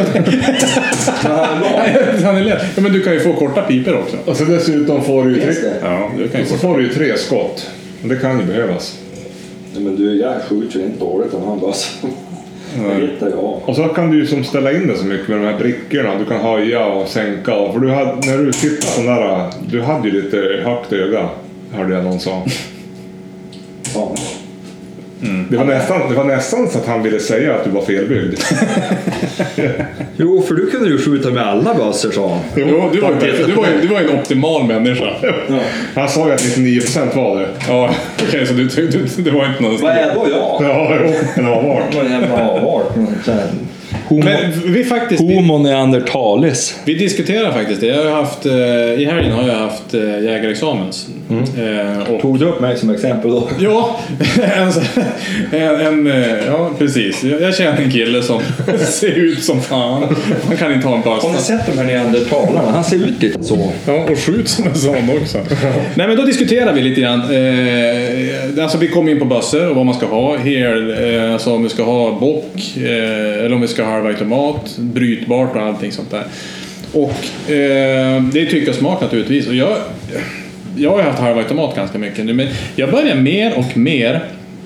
Han är lätt. Ja, men du kan ju få korta piper också. Och så dessutom får du ju tre, ja, du kan ju så får du ju tre skott. Det kan ju behövas. Nej, men du, jag skjuter inte dåligt om han bara så. Det ja. Och så kan du ju som ställa in det så mycket med de här brickorna. Du kan höja och sänka. För du hade, när du tittade på den där, du hade ju lite högt öga, hörde jag någon sa. Ja. Mm. Det, var nästan, det var nästan så att han ville säga att du var felbyggd. Jo, för du kunde ju skjuta med alla bössor, sa han. Jo, du var, du, var, du var en optimal människa. Ja. Han sa ju att nittionio procent var det. Ja, okej, okay, så du, du, du, det var inte någon... Vad är då jag? Ja, jo, en avart. Vad är en avart? Homo, men vi faktiskt... Homo neandertalis. Vi diskuterar faktiskt det. Jag har haft, I helgen har jag haft jägarexamens. Mm. Och, tog du upp mig som exempel då? Ja, en, en, en, ja precis. Jag känner en kille som ser ut som fan. Han kan inte ha en bössa. Har ni sett de här neandertalarna? Han ser ut lite så. Ja, och skjut som en sån också. Nej, men då diskuterar vi lite grann. Eh, alltså vi kommer in på bössor och vad man ska ha. Här, eh, alltså om vi ska ha bock eh, eller om vi ska ha halvautomat, brytbart och allting sånt där. Och eh, det är tycka smak naturligtvis. Och jag, jag har haft halvautomat ganska mycket nu, men jag börjar mer och mer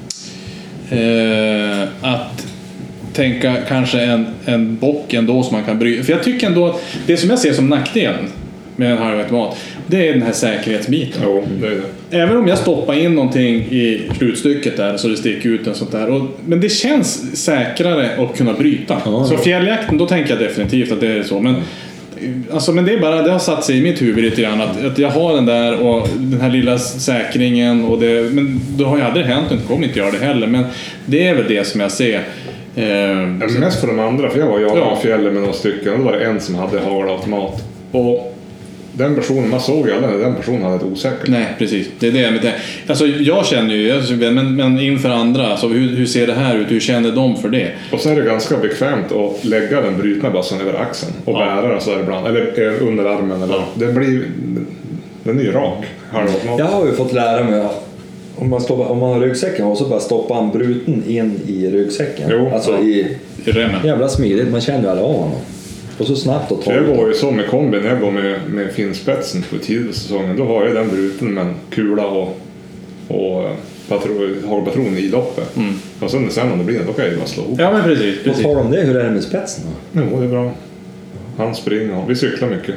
eh, att tänka kanske en, en bock ändå som man kan bryta. För jag tycker ändå att det som jag ser som nackdelen med en halvautomat, det är den här säkerhetsbiten. Jo, det är det. Även om jag stoppar in någonting i slutstycket där så det sticker ut en sånt där. Och, men det känns säkrare att kunna bryta. Ja, så fjälljakten, då tänker jag definitivt att det är så. Men, alltså, men det är bara, det har satt sig i mitt huvud lite grann att, att jag har den där och den här lilla säkringen. Och det, men då har jag aldrig hänt och inte kommer inte göra det heller. Men det är väl det som jag ser. Eh, jag mest för de andra, för jag var jag ja. i fjällen med några stycken och då var det en som hade hagelautomat. Och den personen, man såg ju aldrig när den personen hade ett osäkert. Nej, precis. Det är det jag menar. Alltså jag känner ju, men, men inför andra, så hur, hur ser det här ut? Hur känner de för det? Och så är det ganska bekvämt att lägga den brytna bössan över axeln och ja. bära den så här ibland, eller under armen. Eller, ja. det blir, den är ju rak. Jag har ju fått lära mig att om man, stoppar, om man har ryggsäcken och så bara stoppa en bruten in i ryggsäcken. Jo, alltså ja. i, I remmen. Jävla smidigt, man känner ju alla av honom. Och så snabbt att ta. Jag går ju så med kombin, jag går med, med finspetsen på tidig säsongen. Då har jag den bruten med en kula och, och hagelpatron i loppet. Mm. Och sen, sen om det blir det, då kan jag ju bara slå ihop. Ja, men precis. precis. Vad tar de det? Hur är det med spetsen då? Jo, det är bra. Han springer och vi cyklar mycket.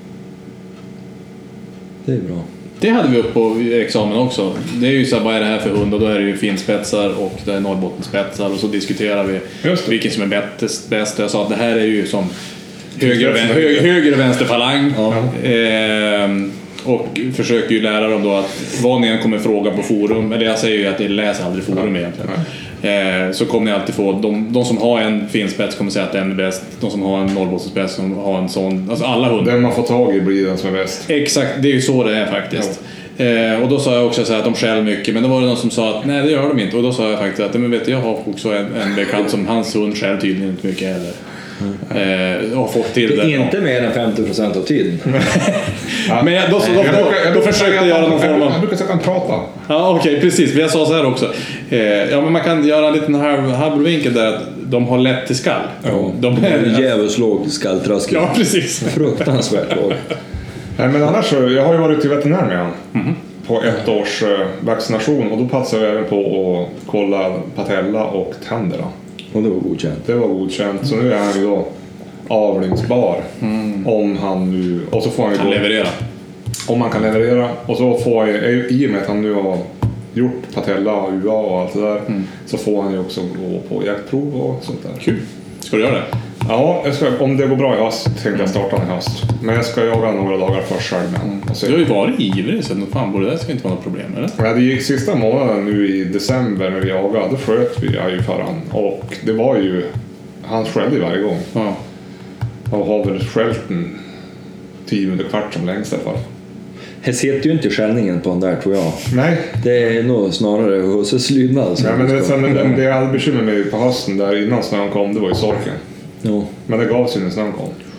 Det är bra. Det hade vi upp på examen också. Det är ju så här, vad är det här för hund? Och då är det ju finspetsar och det är Norrbottenspetsar. Och så diskuterar vi vilken som är bäst, bäst. Jag sa att det här är ju som höger, höger, höger och vänster falang. Ja. Ehm, och försöker ju lära dem då att vad ni än kommer fråga på forum, eller jag säger ju att ni läser aldrig forum ja. egentligen. Ehm, så kommer ni alltid få, de, de som har en finspets kommer säga att den är bäst. De som har en Norrbottenspets som har en sån, alltså alla hundar. Den man får tag i blir den som är bäst. Exakt, det är ju så det är faktiskt. Ja. Eh, och då sa jag också så här att de skäl mycket, men då var det någon som sa att nej det gör de inte. Och då sa jag faktiskt att men vet du, jag har också en, en bekant som hans hund skäl tydligen inte mycket heller. Mm. Eh, har fått till det. Det är inte mer än femtio procent av tiden. Ja. Men jag, då, då, då, då, då, då försökte jag göra någon form av... Jag brukar säga att han pratar. Ja okej, okay, precis. Jag sa så här också. Eh, ja men man kan göra en liten halvvinkel där att de har lätt till skall. Ja. De är jävligt låg skalltröskel. Ja precis. Fruktansvärt låg. Nej men annars så, jag har ju varit till veterinär med han. Mm-hmm. På ett års uh, vaccination och då passade vi även på att kolla patella och tänderna. Och det var godkänt. Det var godkänt. Så nu är han ju då avlingsbar. Mm. Om han nu... Och så får han ju kan då, leverera. Om han kan leverera. Och så får han ju, i och med att han nu har gjort patella och U A och allt det där. Mm. Så får han ju också gå på jaktprov och sånt där. Kul. Ska du göra det? Ja, jag ska, om det går bra i höst tänkte jag starta i höst. Men jag ska jaga några dagar först själv med honom. Du har ju varit ivrig så fan borde det ska inte vara något problem, eller? Ja, det gick sista månaden nu i december när vi jagade. Då sköt vi ju för han. Och det var ju... Han skällde ju varje gång. Ja. Och har väl skällt en tio minuter kvart som längst i alla fall. Jag sitter ju inte skällningen på den där tror jag. Nej. Det är nog snarare hos en slydnad. Ja, men det, sen, det, det jag hade bekymmer med på hösten där innan snön kom, det var ju sorken. Jo. Men det gav sig när snön kom.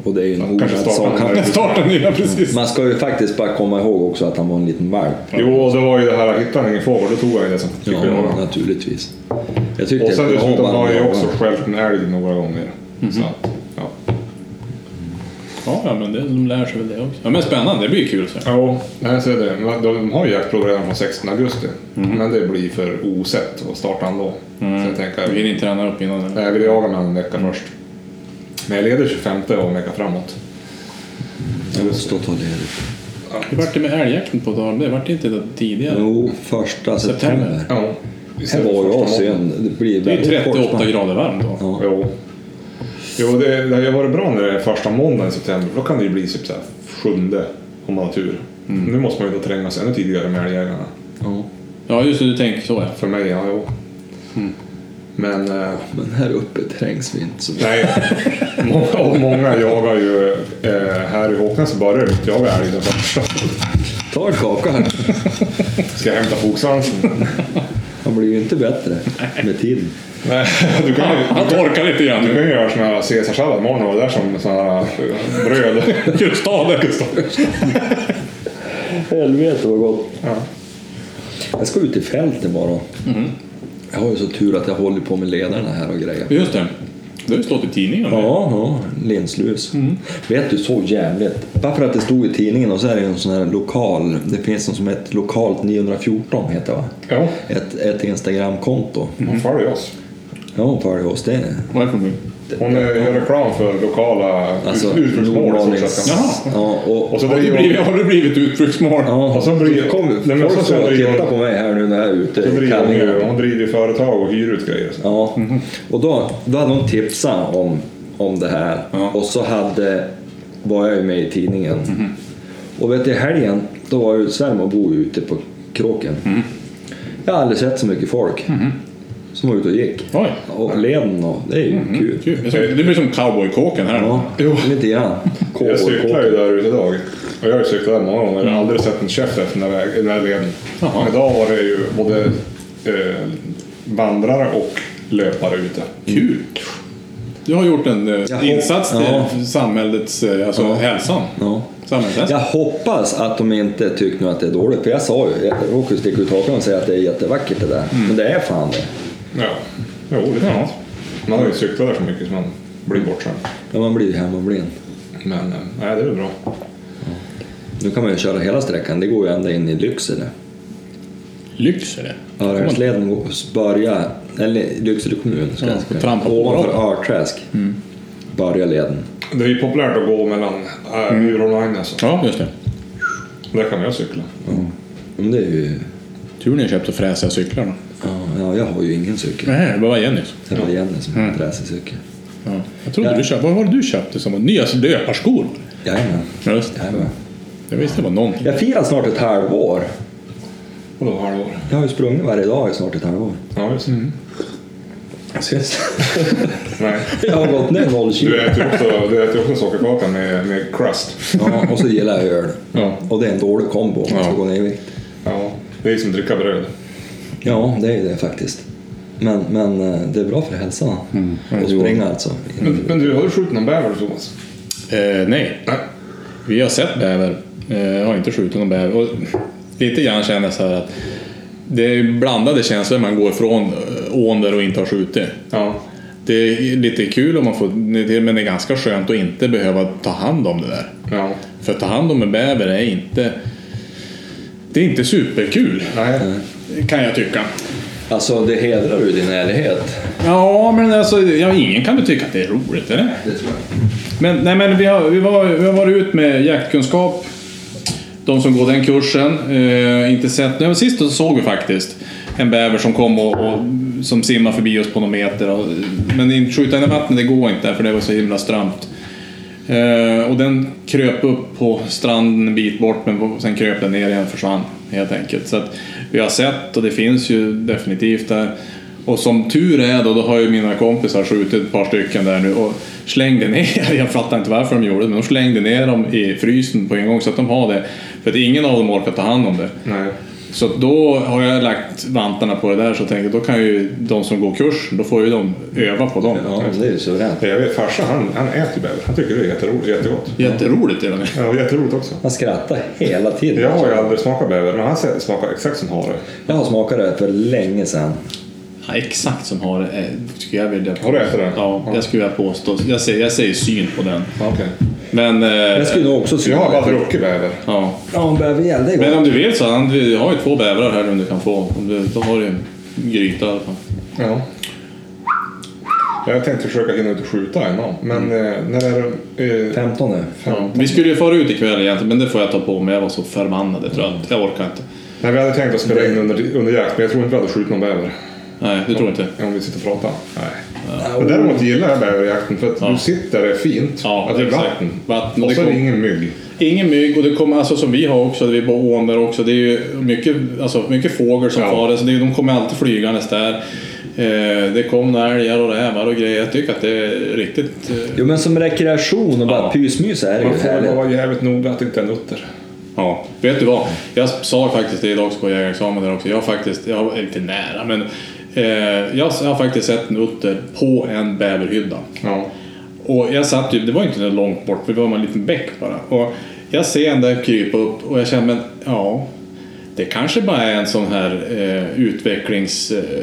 Och det är ju en kanske sak. startar, startar nya, precis. Man ska ju faktiskt bara komma ihåg också att han var en liten valp. Jo, och det var ju det här att hitta ingen fågel, då tog jag det som fick Ja, jaga. naturligtvis. Jag tyckte Och sen att dessutom man- har jag också skällt en älg några gånger. Mm-hmm. Så att, ja. Ja, ja, men det, de lär sig väl det också. Ja, men spännande, det blir kul. Så. Ja, jag ser det. Men De har ju jaktprov redan från sextonde augusti. Mm. Men det blir för osett att starta ändå. Mm. Så jag tänker, Vi vill inte träna upp innan det. nej, jag vill jaga med en vecka först. Men jag leder tjugofemte och en vecka framåt. Jag måste ta ledigt. Hur vart det med älgjakten på dagen? Det vart inte det tidigare? Jo, första september. Ja. Här var jag sen. Det blir Det är väldigt kort trettioåtta spann. grader varmt då. Ja. Jo. Jo, det, det har varit bra när det är första måndagen i september. Då kan det ju bli typ så här sjunde om man har tur. Mm. Nu måste man ju då trängas ännu tidigare med älgjägarna. Ja. Ja, just det, du tänker så. Ja. För mig, ja, jo. Mm. Men... Eh, Men här uppe trängs vi inte så mycket. nej, många, och många jagar ju... Eh, här i Håknäs börjar de inte jaga älg den första. Ta en kaka här. Ska jag hämta fogsvansen? Han blir ju inte bättre med tiden. Nej, du kan ju... Han torkar lite grann Du nu. kan ju göra såna här caesarsallad imorgon och det där som såna här eh, bröd. Kustader. Helvete vad gott. Ja. Jag ska ut i fält imorgon. Mm. Jag har ju så tur att jag håller på med ledarna här och grejer. Just det. Det har ju stått i tidningen. Ja, ja, linslus. Mm. Vet du, så jävligt. Bara för att det stod i tidningen och så är det en sån här lokal. Det finns något som heter lokalt niohundrafjorton heter det, va? Ja, Ett, ett Instagramkonto. hon följer oss. Ja, hon följer oss. Det är Vad är det för mig? Hon eh, gör reklam för lokala alltså, utflyktsmål. i stort sett. Jaha. Ja, och, Och så Har du driver blivit, hon... har du blivit utflyktsmål? ja, Och så blir- kom, Nej, men folk så står och driver tittar hon- på mig här nu när jag är ute Så i driver hon, ju, Kallinge. hon driver ju företag och hyr ut grejer. Så. Ja, och då, då hade hon tipsat om, om det här. Ja. Och så hade, var jag ju med i tidningen. Och vet du, i helgen, då var jag ute i Sverige och bo ute på Kråken. Jag har aldrig sett så mycket folk som var ute och gick. Oj. Och leden och det är ju kul. Kul. Det är som- Det blir som cowboykåken här. Ja, Jo. lite grann. Jag cyklar ju där ute idag. Och jag har ju cyklat där många gånger. Jag har Mm. aldrig sett en käft efter den här, väg, den här leden. Jaha. Men idag var det ju både eh, vandrare och löpare ute. Kul. Du har gjort en eh, Jaha. insats till Ja. samhällets, eh, alltså Ja. hälsan. Ja. Samhällshälsan. Jag hoppas att de inte tycker att det är dåligt. För jag sa ju, jag råkade sticka ut hakan och säga att det är jättevackert det där. Men det är fan det. Ja, jo, det är sant. Man har ju cyklat där så mycket så man blir bortskämd. Ja, man blir ju hemmablind. Men eh, nej, det är väl bra. Nu kan man ju köra hela sträckan. Det går ju ända in i Lycksele. Lycksele. Örjärnsleden går- börjar, eller Lycksele kommun ska Ja, jag säga. trampa på Ovanför bra. Örträsk börjar leden. Det är ju populärt att gå mellan äh, Djurholm och Agnes. Ja, just det. Där kan man ju cykla. Men det är ju... Tur ni köpte fräsiga cyklar då. Ja, ja, jag har ju ingen cykel. Nej, det var Jennys. Det var Jenny som har en racercykel. Ja. Jag trodde Ja. du köpte. Vad var det du köpte som var nya löparskor? Jajamän. Ja, just det. Jajamän. Jag visste det var någonting. Jag firar snart ett halvår. Och då halvår. Jag har ju sprungit varje dag i snart ett halvår. Ja, just det. Ses. Nej. Jag har gått ner noll kilo. Du äter ju också, du äter ju också sockerkaka med, med crust. Ja, och så gillar jag öl. Ja. Och det är en dålig kombo om man ska Ja. gå ner i vikt. Ja, det är som att dricka bröd. Ja, det är det faktiskt. Men, men eh, det är bra för hälsan. Mm. Och springa alltså. Men, men du, har du skjutit någon bäver, Thomas? Eh, nej, Nej. vi har sett bäver. Eh, jag har inte skjutit någon bäver. Och lite grann känner jag så här att det är blandade känslor när man går ifrån eh, ån där och inte har skjutit. Ja. Det är lite kul om man får, men det är ganska skönt att inte behöva ta hand om det där. Ja. För att ta hand om en bäver är inte, det är inte superkul, Nej. kan jag tycka. Alltså det hedrar ju din ärlighet. Ja, men alltså, ja, ingen kan väl tycka att det är roligt, eller? Det tror jag. Men, nej, men vi, har, vi, var, vi har varit ut med jaktkunskap. De som går den kursen. Eh, inte sett. Nej, sist så såg vi faktiskt en bäver som kom och, och som simmar förbi oss på någon meter. Och, men inte skjuta henne i vattnet, det går inte för det var så himla stramt. Eh, och den kröp upp på stranden en bit bort, men sen kröp den ner igen och försvann helt enkelt. Så att vi har sett, och det finns ju definitivt där. Och som tur är då, då har ju mina kompisar skjutit ett par stycken där nu och slängde ner, jag fattar inte varför de gjorde det, men de slängde ner dem i frysen på en gång så att de har det. För att ingen av dem orkar ta hand om det. Nej. Så då har jag lagt vantarna på det där, så tänker jag, då kan ju de som går kurs, då får ju de öva på dem. Ja, det är ju så rätt. Jag vet, farsan, han, han äter bäver. Han tycker det är jätteroligt, jättegott. Jätteroligt är det. Ja, jätteroligt också. Han skrattar hela tiden. Jag har ju aldrig smakat bäver, men han säger att det smakar exakt som hare. Jag har smakat det för länge sedan. Ja, exakt som har det, skulle jag vilja. Har du ätit den? Ja, jag skulle vilja påstå. Jag säger, jag säger syn på den. Okej. Men... Eh, Jag skulle nog också jag har bara druckit bäver. Ja. Ja, bäver igen, det är Men gott. om du vill så, han, vi har ju två bävrar här om du kan få. Om du, då har du en gryta i alla fall. Ja. Jag tänkte försöka hinna ut och skjuta en gång. Men mm. eh, när är det? Eh, femtonde. Ja. Vi skulle ju fara ut ikväll egentligen, men det får jag ta på mig. Jag var så förbannad, jag tror att jag orkar inte. Nej, vi hade tänkt att spela in under, under jakt, men jag tror inte vi hade skjutit någon bäver. Nej, det tror jag inte. Om vi sitter och pratar. Nej. Ja. Men däremot gillar jag bäverjakten för att ja. du sitter där det är fint. Ja, att det är vatten. vatten. Och så är det ingen mygg. Ingen mygg, och det kommer alltså som vi har också, det är på ån där också. Det är ju mycket, alltså, mycket fågel som ja. far, så det är, de kommer alltid flygandes där. Eh, det kommer älgar och rävar och grejer. Jag tycker att det är riktigt... Eh... Jo, men som rekreation och bara ja. pysmys är det man ju får härligt. vara jävligt noga att det inte är nutter. Ja, vet du vad? Jag sa faktiskt det idag också på jägarexamen där också. Jag har faktiskt, jag är inte nära, men eh, jag har faktiskt sett nutter på en bäverhydda. Ja. Och jag satt ju, det var inte så långt bort, för det var en liten bäck bara. Och jag ser en där krypa upp och jag känner, men ja, det kanske bara är en sån här eh, utvecklings... Eh,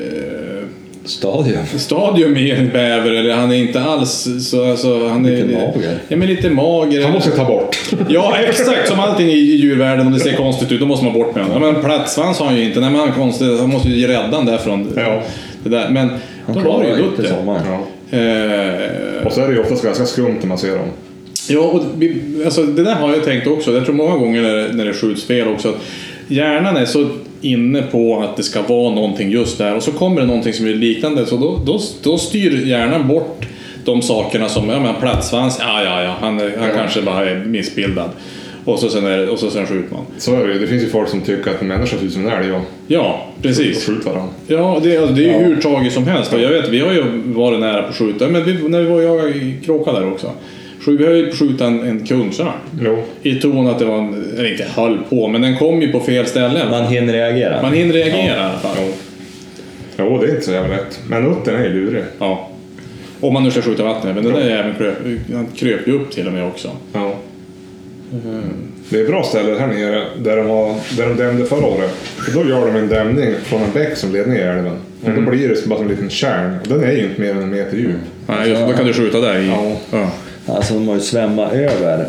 Stadium. Stadium i en bäver, eller han är inte alls så, alltså, han är lite mager. Ja, men lite mager. Han måste ta bort. Ja, exakt, som allting i djurvärlden, om det ser konstigt ut, då måste man bort med honom. Ja, men plattsvans har han ju inte. Nej, men han, konstigt, han måste ju rädda den därifrån. Ja. Det där. Men han då var det ju inte sommar. Ja. Eh, och så är det ju oftast ganska skumt när man ser dem. Ja, och vi, alltså, det där har jag tänkt också. Jag tror många gånger när det, när det skjuts fel också, att hjärnan är så inne på att det ska vara någonting just där, och så kommer det någonting som är liknande, så då, då, då styr hjärnan bort de sakerna som, ja men plattsvans, ja ja ja, han, han ja. kanske bara är missbildad, och så sen, är det, och så sen skjuter man. Så är det, det finns ju folk som tycker att en människa ser ut som en älg. Ja, ja precis. Skjut varandra. Ja, det, alltså, det är ju ja. hur taget som helst, och jag vet, vi har ju varit nära på att skjuta, men vi, när vi var jag i Kråka där också, vi har ju skjutit en, en kungsörn. Jo. I ton att det var en, eller inte höll på, men den kom ju på fel ställe. Man hinner reagera. Man hinner reagera ja. i alla fall. Jo. Jo, det är inte så jävla lätt. Men uttern är ju lurig. Ja. Om man nu ska skjuta vatten, men den där även kröp, han kröp ju upp till och med också. Ja. Mm. Det är bra ställe här nere där de, har, där de dämde förra året. För då gör de en dämning från en bäck som leder ner i älven. Och mm. då blir det bara som en liten kärn. Och den är ju inte mer än en meter djup. Nej, just, då kan du skjuta där i. Ja. Ja. Alltså de har ju svämmat över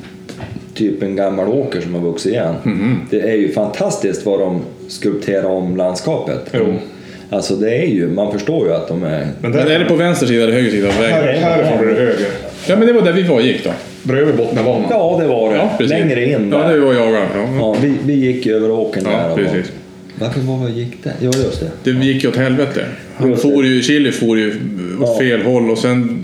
typ en gammal åker som har vuxit igen. Mm. Det är ju fantastiskt vad de skulpterar om landskapet. Jo. Alltså det är ju, man förstår ju att de är... Men, där, men är det på vänster sida eller höger sida av vägen? Här, härifrån är det höger. Ja, men det var där vi var gick då. Bredvid Bottnabanan. Ja, det var det. Ja, längre in där. Ja, det var jag. Ja, ja vi, vi gick över åkern ja, där. Och precis. Varför var vi gick det? Ja, just det. Det gick ju åt helvete. Han for ju, Chili for ju åt ja. fel håll, och sen...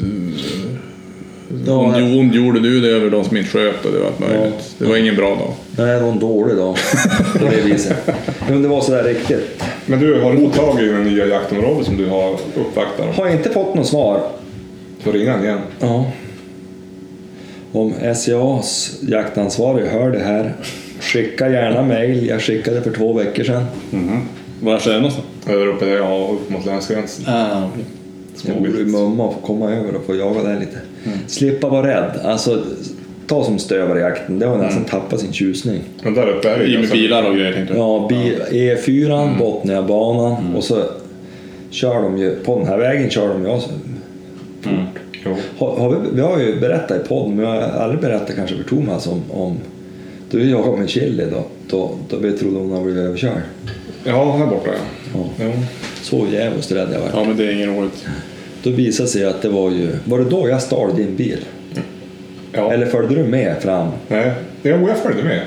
Ja, ond, ond gjorde du det över de som inte sköt, och det var allt möjligt. Ja. Det var ingen bra dag. Nej, det var en dålig dag. På det viset. Men det var sådär riktigt. Men du har mottagit den nya jaktområdet som du har uppvaktat? Har inte fått något svar. Så ringa han igen. Ja. Om S C A:s jaktansvarig hör det här, skicka gärna mejl. Jag skickade för två veckor sedan. Mm-hmm. Var är det någonstans? Över uppe där, ja, upp mot länsgränsen. Ah, okay. Jag borde mamma få komma över och få jaga där lite. Mm. Slippa vara rädd. Alltså, ta som stövare jakten. Det har nästan mm. tappat sin tjusning. Men där uppe är det i med bilar och grejer, tänkte jag. Ja, bi- E fyra, mm. Botniabanan. Mm. Och så kör de ju, på den här vägen kör de ju också fort. Mm. Har, har vi, vi har ju berättat i podden, men jag har aldrig berättat kanske för Thomas om, om du jagade med Chili då, då, då vi trodde hon hade blivit överkörd. Ja, här borta ja. ja. ja. Så jävligt rädd jag var. Ja, men det är ingen roligt. Då visade sig att det var ju, var det då jag stal din bil? Ja. Eller följde du med fram? Nej, jo, jag följde med.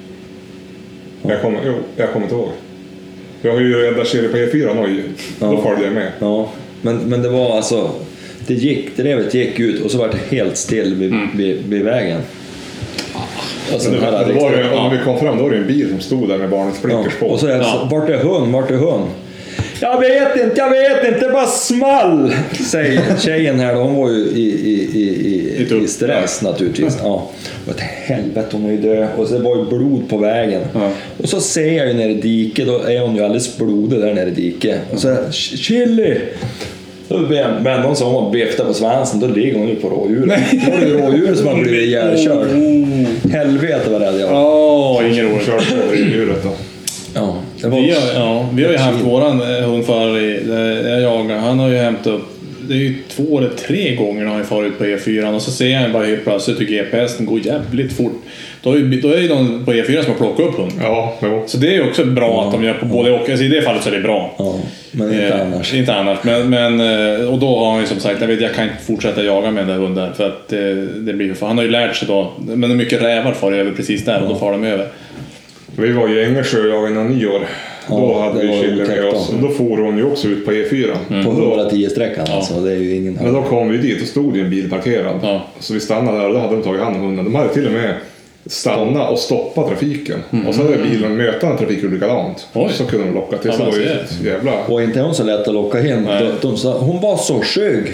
Ja. Jag kommer, jo, jag kommer inte ihåg. Jag har ju räddat Chili på E fyra nu, ja. Då följde jag med. Ja, men, men det var alltså, det gick, drevet gick ut och så var det helt still vid, mm. vid, vid vägen. Alltså, det, det, det var det, om vi kom fram, då var det en bil som stod där med barnets blinkers ja. på. Och så är det, ja. vart är hund, vart är hund? Jag vet inte, jag vet inte, det bara small. Säger tjejen här då, hon var ju i, i, i, i, i stress naturligtvis. Ja. Och ett helvete, hon är ju död. Och så var ju blod på vägen. Ja. Och så ser jag ju nere i diket, då är hon ju alldeles blodig där nere i diket. Och så Chili! Då vände hon så hon befta på svansen, då ligger hon ju på rådjuret. Nej. Då var det ju rådjuret som har blivit ihjälkörd. Oh. Helvete vad rädd jag var. Åh, oh, ingen roligt. Kört på rådjuret då. Ja, det var vi, har, ja, vi har ju haft våran hundförare, jag jagar, han har ju hämtat upp, det är ju två eller tre gånger när han har farit på E fyra och så ser jag bara helt plötsligt hur G P S'en går jävligt fort. Då är, ju, då är ju någon på E fyra som har plockat upp hund. Ja, jo. Så det är ju också bra ja, att de gör på både och. Alltså i det fallet så är det bra. Ja, men inte eh, annars. Inte annars. Men, men, och då har han ju som sagt, jag vet jag kan inte fortsätta jaga med den där hunden för att det, det blir för han har ju lärt sig då. Men det är mycket rävar far över precis där och då far de över. Vi var i Ängersjö jag innan nyår. Ja, då hade vi Chili med oss. Och då for hon ju också ut på E fyra. Mm. På hundratio-sträckan ja. Alltså, det är ju ingen... Men då kom vi dit och stod i en bil parkerad. Ja. Så vi stannade där och då hade de tagit hand om hunden. De hade till och med stanna och stoppa trafiken. Mm. Och så hade bilen mötande trafik likadant. Och så kunde de locka till. Ja, så var ju jävla... Och inte hon så lätt att locka hem. De, de sa, hon var så skygg.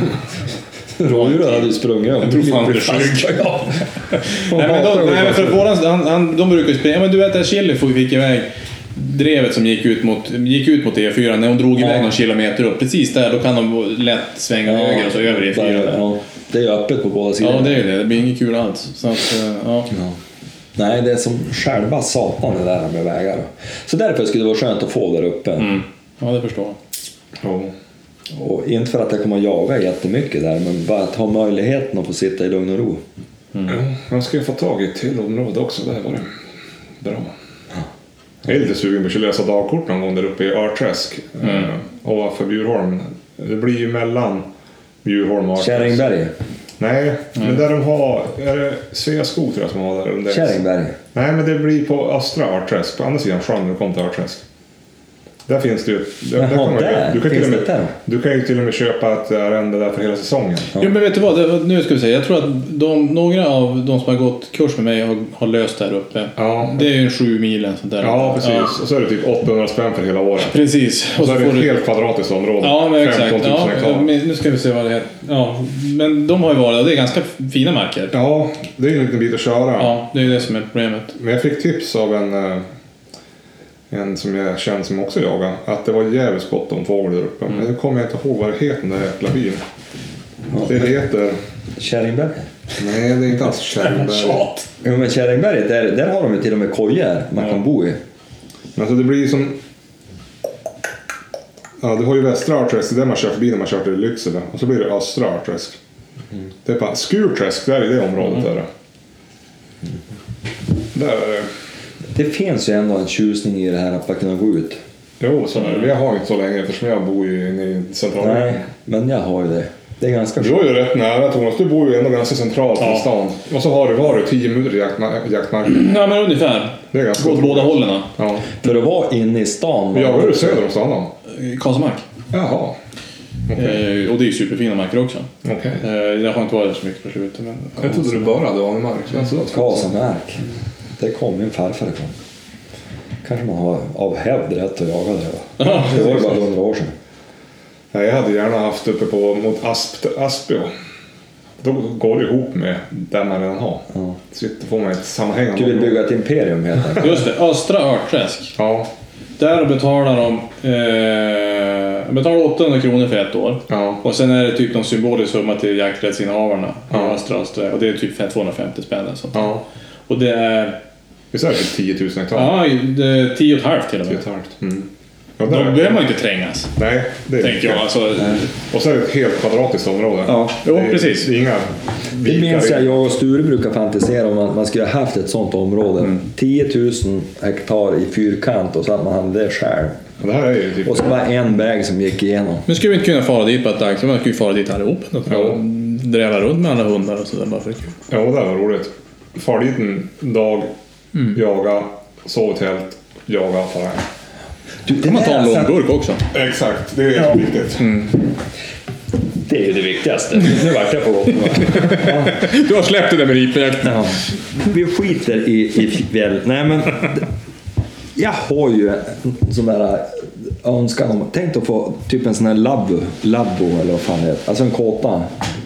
Rådjuret hade ju sprungit. Jag tror fan det är skygg. Ja. Nej, men de, nej, men för våran, han, han, de brukar ju spela. Ja, men du vet att Chili fick iväg drevet som gick ut mot, gick ut mot E fyra när hon drog iväg ja. någon kilometer upp. Precis där, då kan de lätt svänga ja, höger och så över E fyra. Där. Ja. Det är ju öppet på båda sidor. Ja, det är det. Det blir inget kul alls. Så att, ja. Ja. Nej, det är som själva satan det där med vägar. Så därför skulle det vara skönt att få där uppe. Mm. Ja, det förstår jag. Ja. Och inte för att jag kommer att jaga jättemycket där, men bara att ha möjligheten att få sitta i lugn och ro. Mm. Ja, man ska ju få tag i ett till område också. Det här var det bra. Jag är lite sugen på att lösa dagkort någon gång där uppe i Örträsk mm. och för Bjurholm. Det blir ju mellan Bjurholm och Örträsk. Kärringberg? Nej, mm. men där de har, är det Sveaskog tror jag som har där. Under. Kärringberg? Nej, men det blir på Östra Örträsk, på andra sidan sjön när du kommer till Örträsk. Där finns det ju... Där, Jaha, där kan man, där? Du, kan till och med, där? Du kan ju till och med köpa ett arrende där för hela säsongen. Ja. Jo, men vet du vad? Det, nu ska vi säga. Jag tror att de, några av de som har gått kurs med mig har, har löst där uppe. Ja. Det är ju en sju milen. Sånt där. Ja, precis. Ja. Och så är det typ åttahundra spänn för hela året. Precis. Och, och så, så är det ett du... helt kvadratiskt område. Ja, men exakt. femton tusen ja, men, nu ska vi se vad det heter. Ja, men de har ju varit, det är ganska fina marker. Ja, det är en liten bit att köra. Ja, det är det som är problemet. Men jag fick tips av en... En som jag känner som också jagar, att det var jävligt gott om fågel där uppe. Mm. Men nu kommer jag inte ihåg vad det heter den där jäkla byn. Ja. Det heter... Kärringberg? Nej, det är inte alls Kärringberg. Jo, men Kärringberg, där, där har de ju till och med kojor man ja. kan bo i. Men alltså det blir som... Ja, du har ju västra Örträsk, där man kör förbi när man kör till Lycksele. Och så blir det östra Örträsk. Mm. Det är bara Skurträsk, där är det området mm. där. Mm. Där är det... Det finns ju ändå en tjusning i det här att man kunna gå ut. Jo, så är det. Jag har inte så länge eftersom jag bor ju inne i centralen. Nej, men jag har ju det. Det är ganska Du är ju rätt nära, Thomas. Du bor ju ändå ganska centralt ja. i stan. Och så har du varit tio minuter i jaktmarken. Ja, men ungefär. Det är ganska åt båda hållen. Ja. För att vara inne i stan. Ja, var är du söder om stan då? Karlsmark. Jaha. Okay. Eh, och det är ju superfina marker också. Okay. Eh, jag har inte varit så mycket på slutet. Men... Jag trodde du bara hade Arnemark. Karlsmark. Det kom min farfar ifrån. Kanske man har av hävd rätt att jaga det. Va? Det var ju bara hundra år sedan. Ja, jag hade gärna haft uppe på mot Asp, Aspio. Då går det ihop med den man redan har. Ja. Så då får man ett sammanhängande. Du vill bygga ett imperium helt enkelt. Just det, Östra Örträsk. Ja. Där betalar de eh, betalar åttahundra kronor för ett år. Ja. Och sen är det typ någon symbolisk summa till jakträttsinnehavarna ja. i Östra Östra. Och det är typ tvåhundrafemtio spänn. Sånt. Ja. Och det är... Visst är det tio tusen hektar? Ja, det är tio och ett halvt till och med. tio och ett halvt. Mm. Ja, då behöver man inte trängas. Nej, det är tänker jag. Alltså, och så är det ett helt kvadratiskt område. Ja, jo, det är, precis. Det är inga det minns jag, jag och Sture brukar fantisera om att man skulle ha haft ett sånt område. Mm. tio tusen hektar i fyrkant och så att man hade det själv. Det här är ju typ... Och så var en väg som gick igenom. Men skulle vi inte kunna fara dit på ett dag? Så man skulle ju fara dit allihop. Ja. Dräva runt med alla hundar och sådär bara för kul. Ja, det var roligt. Far dit en dag, mm. jaga, sova i tält, jaga, fara hem. Du, det kan man ta en lång burk också. Exakt, det är ja. viktigt. Mm. Det är ju det viktigaste. Nu vart jag på gång. Ja. Du har släppt det där med ripjakt. Ja. Vi skiter i, i fjäll. Nej, men jag har ju en sån där önskan om, tänk att få typ en sån här labbo, labbo eller vad fan det heter. Alltså en kåta.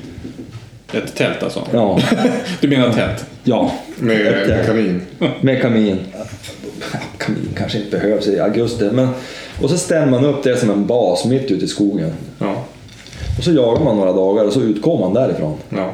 Ett tält alltså? Ja. Du menar tält? Ja. Med, med kamin. Med kamin. Kamin kanske inte behövs i augusti. Men, och så ställer man upp det som en bas mitt ute i skogen. Ja. Och så jagar man några dagar och så utgår man därifrån. Ja.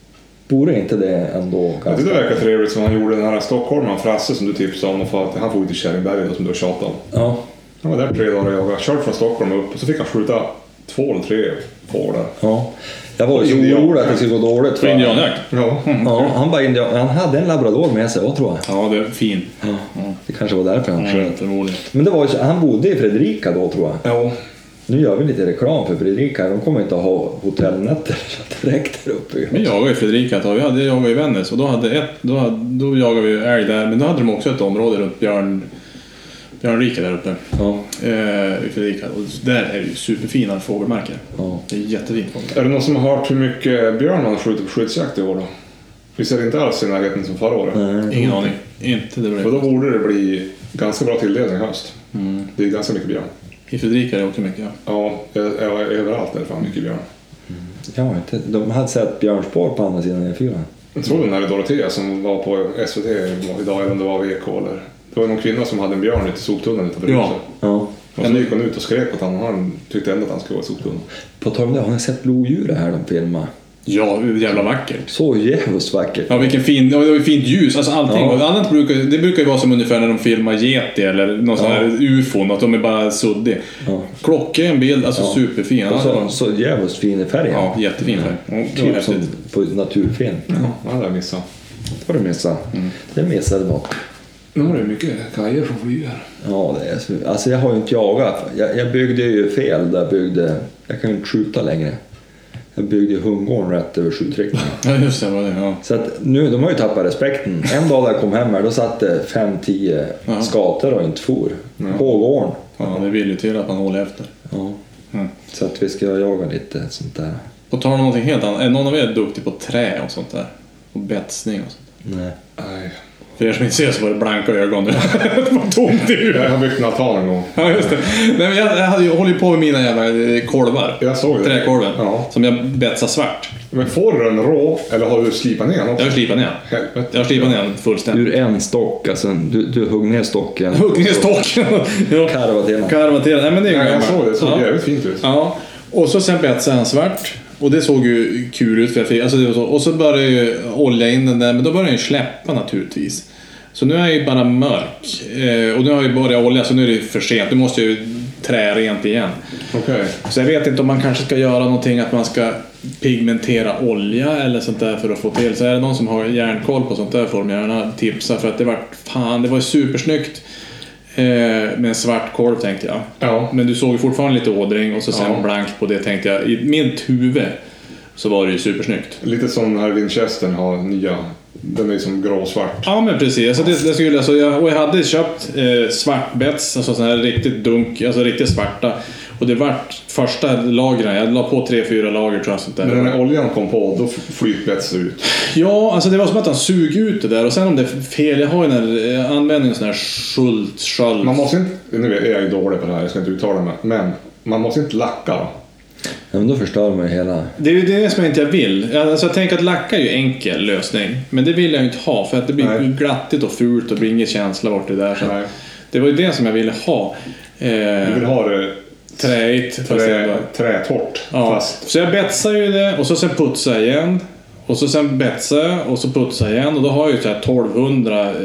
Borde inte det ändå ganska... Det verkar trevligt som han gjorde den här Stockholmaren Frasse som du tipsade om. Och för att han får ut i Kärringberget som du har tjatat om. Ja. Han var där tre dagar och jagade. Kört från Stockholm upp och så fick han skjuta två eller tre får där. Ja. Jag var ju orolig att det skulle gå dåligt. För indianjakt? Ja. Ja, han, var indian, han hade en labrador med sig, vad tror jag. Ja, det är fin. Ja, det kanske var därför han Mm, sköt. förmodligen. Men det var ju, han bodde i Fredrika då, tror jag. Ja. Nu gör vi lite reklam för Fredrika. De kommer inte att ha hotellnätter direkt där uppe. Vi jagade i Fredrika. Vi hade jagat i Vännäs och då, hade ett, då, hade, då jagade vi älg där. Men då hade de också ett område runt Björn, Björnrika där uppe. Ja. Eh, I Fredrika. Och där är det ju superfina fågelmarker. Ja. Det är jättefint fågel. Är det någon som har hört hur mycket björn man har skjutit på skyddsjakt i år då? Visst är det inte alls i närheten som förra året? Nej. Ingen aning. Inte det. För då borde det bli ganska bra tilldelning i höst. Mm. Det är ganska mycket björn. I Fredrika är det också mycket. Ja. Ja, ja, överallt är det fan mycket björn. Ja, inte. De hade sett björnspår på andra sidan E fyra. Jag tror den här Dorotea som var på S V T idag, eller om det var V K eller... Det var någon kvinna som hade en björn ute i soptunnan utanför Ja. huset. Ja. Och så gick hon ut och skrek åt honom. Han tyckte ändå att han skulle vara i soptunnan. På tal om det, har ni sett lodjur här de filmar? Ja, jävla vackert. Så jävligt vackert. Ja, vilken fin, och det var fint ljus, alltså allting. Ja. Och annat brukar, det brukar ju vara som ungefär när de filmar Yeti eller någon sån här U F O, att de är bara suddig. Ja. Klockren bild, alltså Ja. superfin. Och Ja, så, så jävligt fin i färgen. ja, jättefin färg. Ja, det var Typ som häftigt. på naturfilm. Ja, det hade jag missat. Det har du missat. Mm. Det missade något. Nu har det mycket kajer som flyger. Ja, det är så, alltså jag har ju inte jagat. Jag, jag byggde ju fel där jag byggde. Jag kan ju inte skjuta längre. Jag byggde hundgården rätt över skjutriktningen. Ja, just det, var det, ja. Så att nu, de har ju tappat respekten. En dag när jag kom hem här, då satt det fem, tio Ja. skator och inte for. På gården. Ja, det vill ju till att man håller efter. Ja. Mm. Så att vi ska jaga lite sånt där. På tal om någonting helt annat, är någon av er duktig på trä och sånt där? Och betsning och sånt? Nej. Nej. För er som inte ser så var det blanka ögon nu. Det var tomt i huvudet. Jag har byggt en altan en gång. Ja, just det. Nej, men jag, jag hade ju hållit på med mina jävla eh, kolvar. Jag såg det. Träkolven. Ja. Som jag betsar svart. Men får du den rå eller har du slipat ner den Jag också? har slipat ner. Helvete. Jag har slipat ner den fullständigt. Ur en stock, alltså du, du hugg ner stocken. Hugg ner stocken. Ja. Karva till den. Karva till den. Nej, men det är Nej, jag gammalt. såg det. Det såg Ja. jävligt fint ut. Ja. Och så sen betsade han svart. Och det såg ju kul ut. För jag fick, alltså det var så. Och så började jag ju olja in den där. Men då började den ju släppa naturligtvis. Så nu är jag ju bara mörk. Eh, och nu har jag ju börjat olja så nu är det för sent. Nu måste jag ju trä rent igen. Okej. Så jag vet inte om man kanske ska göra någonting att man ska pigmentera olja eller sånt där för att få till. Så är det någon som har järnkoll på sånt där får de gärna tipsa. För att det var fan, det var ju supersnyggt eh, med en svart kolv tänkte jag. Ja. Men du såg ju fortfarande lite ådring och så sen Ja. blankt på det tänkte jag. I mitt huvud så var det ju supersnyggt. Lite som den här Winchester har nya. Den är ju som gråsvart. Ja men precis, alltså det, det skulle, alltså jag, och jag hade köpt eh, svartbets, alltså sådana här riktigt dunk, alltså riktigt svarta. Och det var första lagren, jag la på tre, fyra lager tror jag sånt där. Men när oljan kom på, då flytbets ut. Ja, alltså det var som att han sug ut det där. Och sen om det är fel, jag har ju den här användningen sån här Schult, Schult. Man måste inte, nu är jag ju dålig på det här, jag ska inte uttala mig. Men man måste inte lacka då. Ja, men då förstör man ju hela. Det är ju det som jag inte vill. Alltså jag tänker att lacka är ju enkel lösning. Men det vill jag ju inte ha. För att det blir Nej. glattigt och fult och det blir ingen känsla bort det där. Så Nej. det var ju det som jag ville ha. Eh, Du vill ha det träigt. fast trä, ändå- trätorrt. Ja. Fast Så jag betsar ju det och så sen putsar jag igen. Och så sen betsar jag och så putsar jag igen. Och då har jag ju så här tolvhundra eh,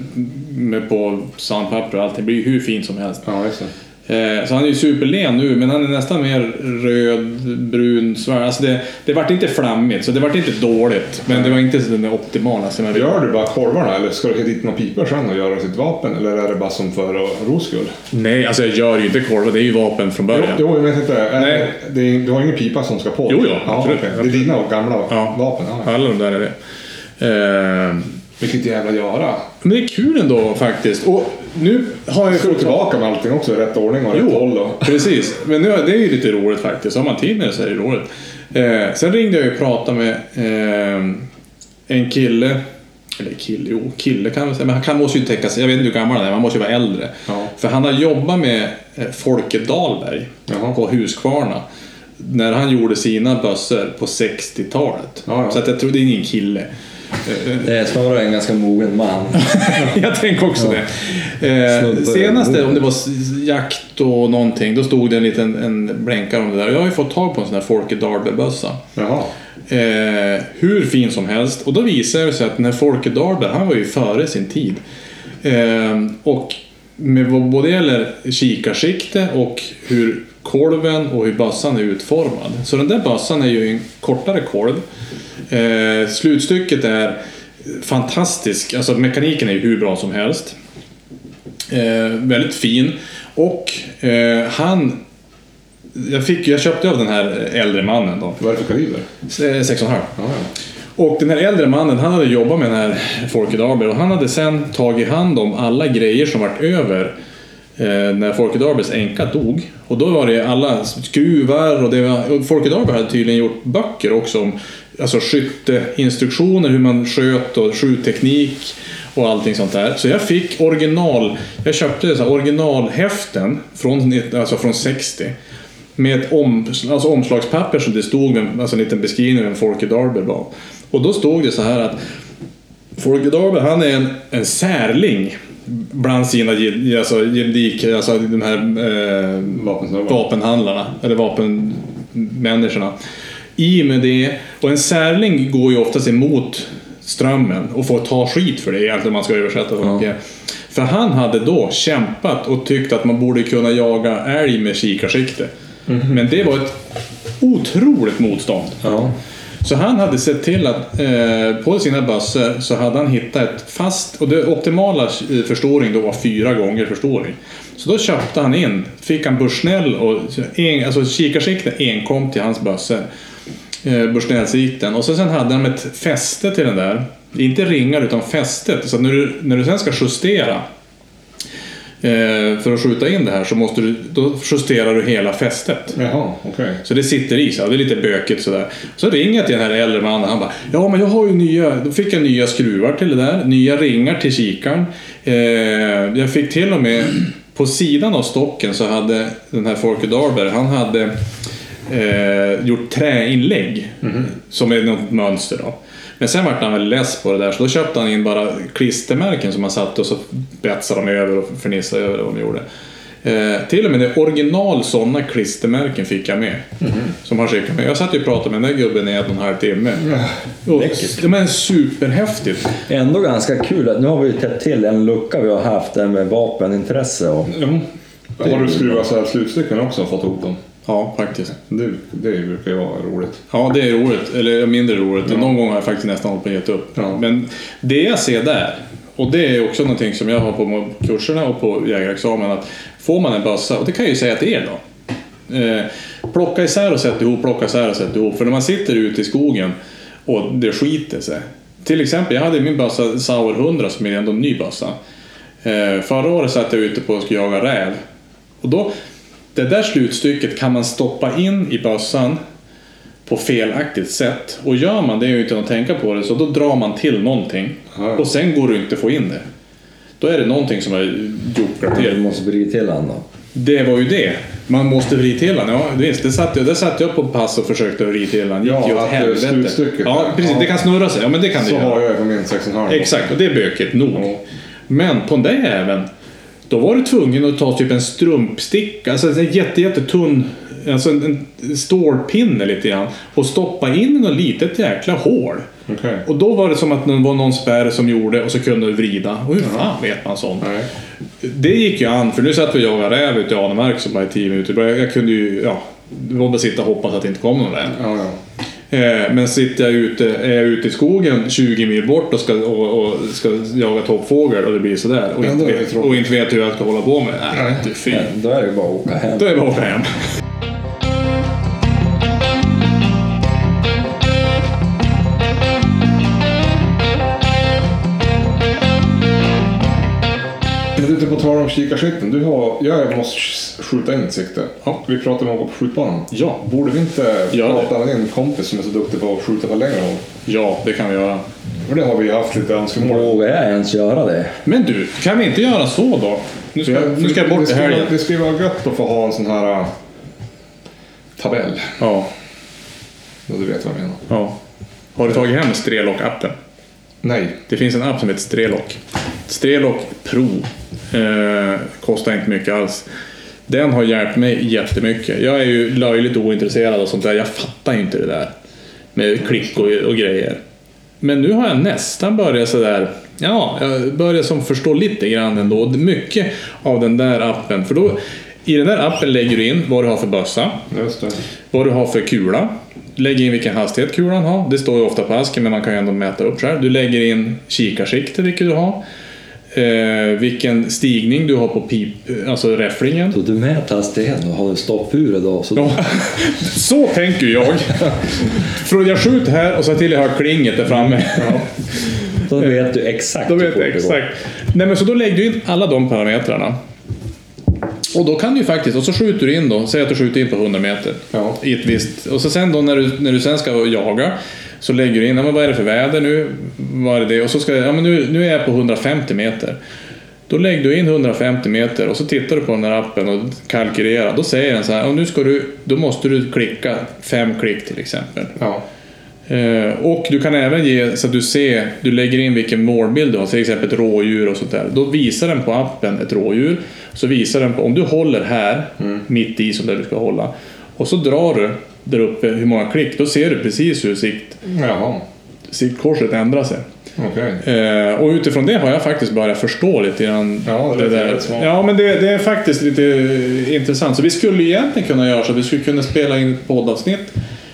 med på sandpapper och allt. Det blir ju hur fint som helst. ja, just det. Eh, så han är ju superlen nu, men han är nästan mer röd, brun, svart. Alltså det, det vart inte flammigt, så det vart inte dåligt. Men det var inte den där optimala som jag ville. Gör du bara korvarna eller ska du hitta dit några pipor sen och göra sitt vapen? Eller är det bara som för ros skull? Nej, alltså jag gör ju inte korvar, det är ju vapen från början. Jo, jag vet inte. Är, Nej. det är, du har ingen pipa som ska på? Jo, jo, ja, absolut. okej. Det är dina gamla Ja. vapen? Ja. Alla de där är det. Eh, Vilket jävla göra. men det är kul ändå faktiskt. Och nu har jag Ska du tillbaka med allting också i rätt ordning och rätt håll då? Precis, men nu, det är ju lite roligt faktiskt. Har man tid med det så är det roligt. Eh, sen ringde jag ju och pratade med eh, en kille eller kille, jo, kille kan man säga, men han kan, måste ju tänka sig, jag vet inte hur gammal han är, man måste ju vara äldre. Ja. För han har jobbat med Folke Dahlberg Jaha. på Husqvarna när han gjorde sina bössor på sextiotalet. Ja, ja. Så att jag tror det är ingen kille. Det är snarare en ganska mogen man. Jag tänker också ja. det. Eh, senaste, om det var jakt och någonting, då stod det en liten en blänkare om det där. Jag har ju fått tag på en sån här Folke Dahlberg-bössa. Jaha. Eh, hur fin som helst. Och då visade det sig att den här Folke Dahlberg, han var ju före sin tid. Eh, och med både gäller kikarsikte och hur kolven och hur bössan är utformad. Så den där bössan är ju en kortare kolv. Eh, slutstycket är fantastisk. Alltså mekaniken är ju hur bra som helst. Eh, väldigt fin. Och eh, han jag, fick, jag köpte av den här äldre mannen då. Vad är det för kaliber? sex komma fem. Ah, ja. Och den här äldre mannen, han hade jobbat med den här Folke Dahlberg. Och han hade sen tagit hand om alla grejer som varit över eh, när Folke Dahlbergs änka dog. Och då var det alla skruvar och, det var, och Folke Dahlberg hade tydligen gjort böcker också om alltså skytteinstruktioner, hur man sköt och skjutteknik och allting sånt där. Så jag fick original, jag köpte så här originalhäften från, alltså från sextio med ett om, alltså omslagspapper som det stod med alltså en liten beskrivning av en Folke Dahlberg var. Och då stod det så här att Folke Dahlberg, han är en, en särling bland sina alltså, alltså de här eh, vapenhandlarna eller vapenmänniskorna. I med det, och en särling går ju oftast emot strömmen och får ta skit för det egentligen, man ska översätta ja. För han hade då kämpat och tyckt att man borde kunna jaga älg med kikarsikte. Mm-hmm. Men det var ett otroligt motstånd. Ja. Så han hade sett till att eh, på sina bössor så hade han hittat ett fast, och det optimala förstoring då var fyra gånger förstoring. Så då köpte han in, fick han Bushnell och en, alltså kikarsikte enkom till hans bössor. Eh, Bushnell-sikten. Och så sen hade han ett fäste till den där. Inte ringar utan fästet. Så när du, när du sen ska justera eh, för att skjuta in det här så måste du, då justerar du hela fästet. Jaha, okay. Så det sitter i så det är lite bökigt sådär. Så ringer jag till den här äldre mannen. Han bara, ja men jag har ju nya, då fick jag nya skruvar till det där. Nya ringar till kikaren. Eh, jag fick till och med på sidan av stocken så hade den här Folke Dahlberg, han hade Eh, gjort träinlägg mm-hmm. som är något mönster då. Men sen var han väl less på det där, så då köpte han in bara klistermärken som han satte och så betsade de över och förnissade över vad de gjorde. Eh, till och med det original sådana klistermärken fick jag med mm-hmm. som han skickade med. Jag satt ju och pratade med den där gubben i en och en halv timme. Och, det är superhäftigt. Ändå ganska kul att nu har vi täppt till en lucka vi har haft där med vapenintresse och... mm. Har du skruvat så här slutstycken också och fått ihop dem? Ja, faktiskt. Det, det brukar ju vara roligt. Ja, det är roligt. Eller mindre roligt. Ja. Någon gång har jag faktiskt nästan hållit på att gett upp. Ja. Men det jag ser där, och det är också någonting som jag har på kurserna och på jägarexamen, att får man en bössa, och det kan jag ju säga till er då. Eh, plocka isär och sätta ihop, plocka isär och sätta ihop. För när man sitter ute i skogen och det skiter sig. Till exempel, jag hade min bössa Sauer hundra som är ändå en ny bössa. Eh, förra året satt jag ute på att jaga räv. Och då, det där slutstycket kan man stoppa in i bössan på felaktigt sätt. Och gör man det utan att tänka på det, så då drar man till någonting. Aha. Och sen går du inte att få in det. Då är det någonting som har gjort till. Du måste vrida till den då. Det var ju det. Man måste vrida till den. Ja, visst. Det satt jag, det satt jag på pass och försökte vrida till den. Gick ja, ju åt helvete. Ja, precis. Ja. Det kan snurra sig. Ja, men det kan så det göra. Så har jag på min sex komma fem. Exakt, och det är bökigt nog. Ja. Men på det även, då var du tvungen att ta typ en strumpsticka, alltså en jätte, jätte tunn, alltså en, en stålpinne lite grann, och stoppa in något litet jäkla hål. Okay. Och då var det som att det var någon spärr som gjorde, och så kunde du vrida. Och hur fan vet man sånt? Nej. Det gick ju an, för nu satt vi och jagade räv ute i Arnemark som bara i tio minuter. Jag, jag kunde ju, ja, det var bara sitta och hoppas att det inte kom någon räv. Ja, ja. Eh, men sitter jag ute, är jag ute i skogen tjugo mil bort och ska, och, och ska jaga toppfågel och det blir sådär och, ja, inte vet, och inte vet hur jag ska hålla på med. Nej, det är fint. Ja, då är det bara att åka hem. Då är det bara att åka hem. Men du, på tal om kikarsikten, du har, jag måste skjuta in sikte. Ja. Vi pratar om att gå på skjutbanan. Ja. Borde vi inte ja, prata med en kompis som är så duktig på att skjuta på längre håll? Ja, det kan vi göra. För det har vi haft lite önskemål. Vågar jag ens göra det? Men du, kan vi inte göra så då? Nu ska, jag, nu ska jag bort det, det här igen. Det skulle vara gött att få ha en sån här uh, tabell. Ja. Ja, du vet vad jag menar. Ja. Har du tagit hem Strelok-appen? Nej. Det finns en app som heter Strelok. Strelok Pro. Eh, kostar inte mycket alls. Den har hjälpt mig jättemycket. Jag är ju löjligt ointresserad av sånt där. Jag fattar inte det där med klick och, och grejer. Men nu har jag nästan börjat så där. Ja, jag börjar som förstå lite grann ändå. Mycket av den där appen. För då, i den där appen lägger du in vad du har för bössa. Just det. Vad du har för kula. Lägger in vilken hastighet kulan har. Det står ju ofta på asken, men man kan ju ändå mäta upp själv. Du lägger in kikarsikte, vilket du har. Eh, vilken stigning du har på pip, alltså räfflingen. Så du mäter hastigheten och har en stoppur idag. Så, ja. Så tänker jag. För jag skjuter här och så till jag har klinget där framme. Ja. Då vet du exakt. Då vet du exakt. Nej, men så då lägger du in alla de parametrarna. Och då kan du ju faktiskt, och så skjuter du in då, säg att du skjuter in på hundra meter. Ja. I ett visst, och så sen då när du, när du sen ska jaga, så lägger du in, ja, men vad är det för väder nu? Vad är det? Och så ska ja, men nu, nu är jag på hundrafemtio meter. Då lägger du in hundrafemtio meter och så tittar du på den här appen och kalkylerar. Då säger den så här, och nu ska du, då måste du klicka fem klick till exempel. Ja. Uh, och du kan även ge så att du ser, du lägger in vilken målbild du har, till exempel ett rådjur och sånt där. Då visar den på appen ett rådjur. Så visar den på, om du håller här mm. mitt i som där du ska hålla, och så drar du där uppe hur många klick, då ser du precis hur sikt, siktkorset ändrar sig. Okay. Uh, och utifrån det har jag faktiskt börjat förstå lite grann. Ja, det, det där. Ja, men det, det är faktiskt lite intressant. Så vi skulle egentligen kunna göra så att vi skulle kunna spela in ett poddavsnitt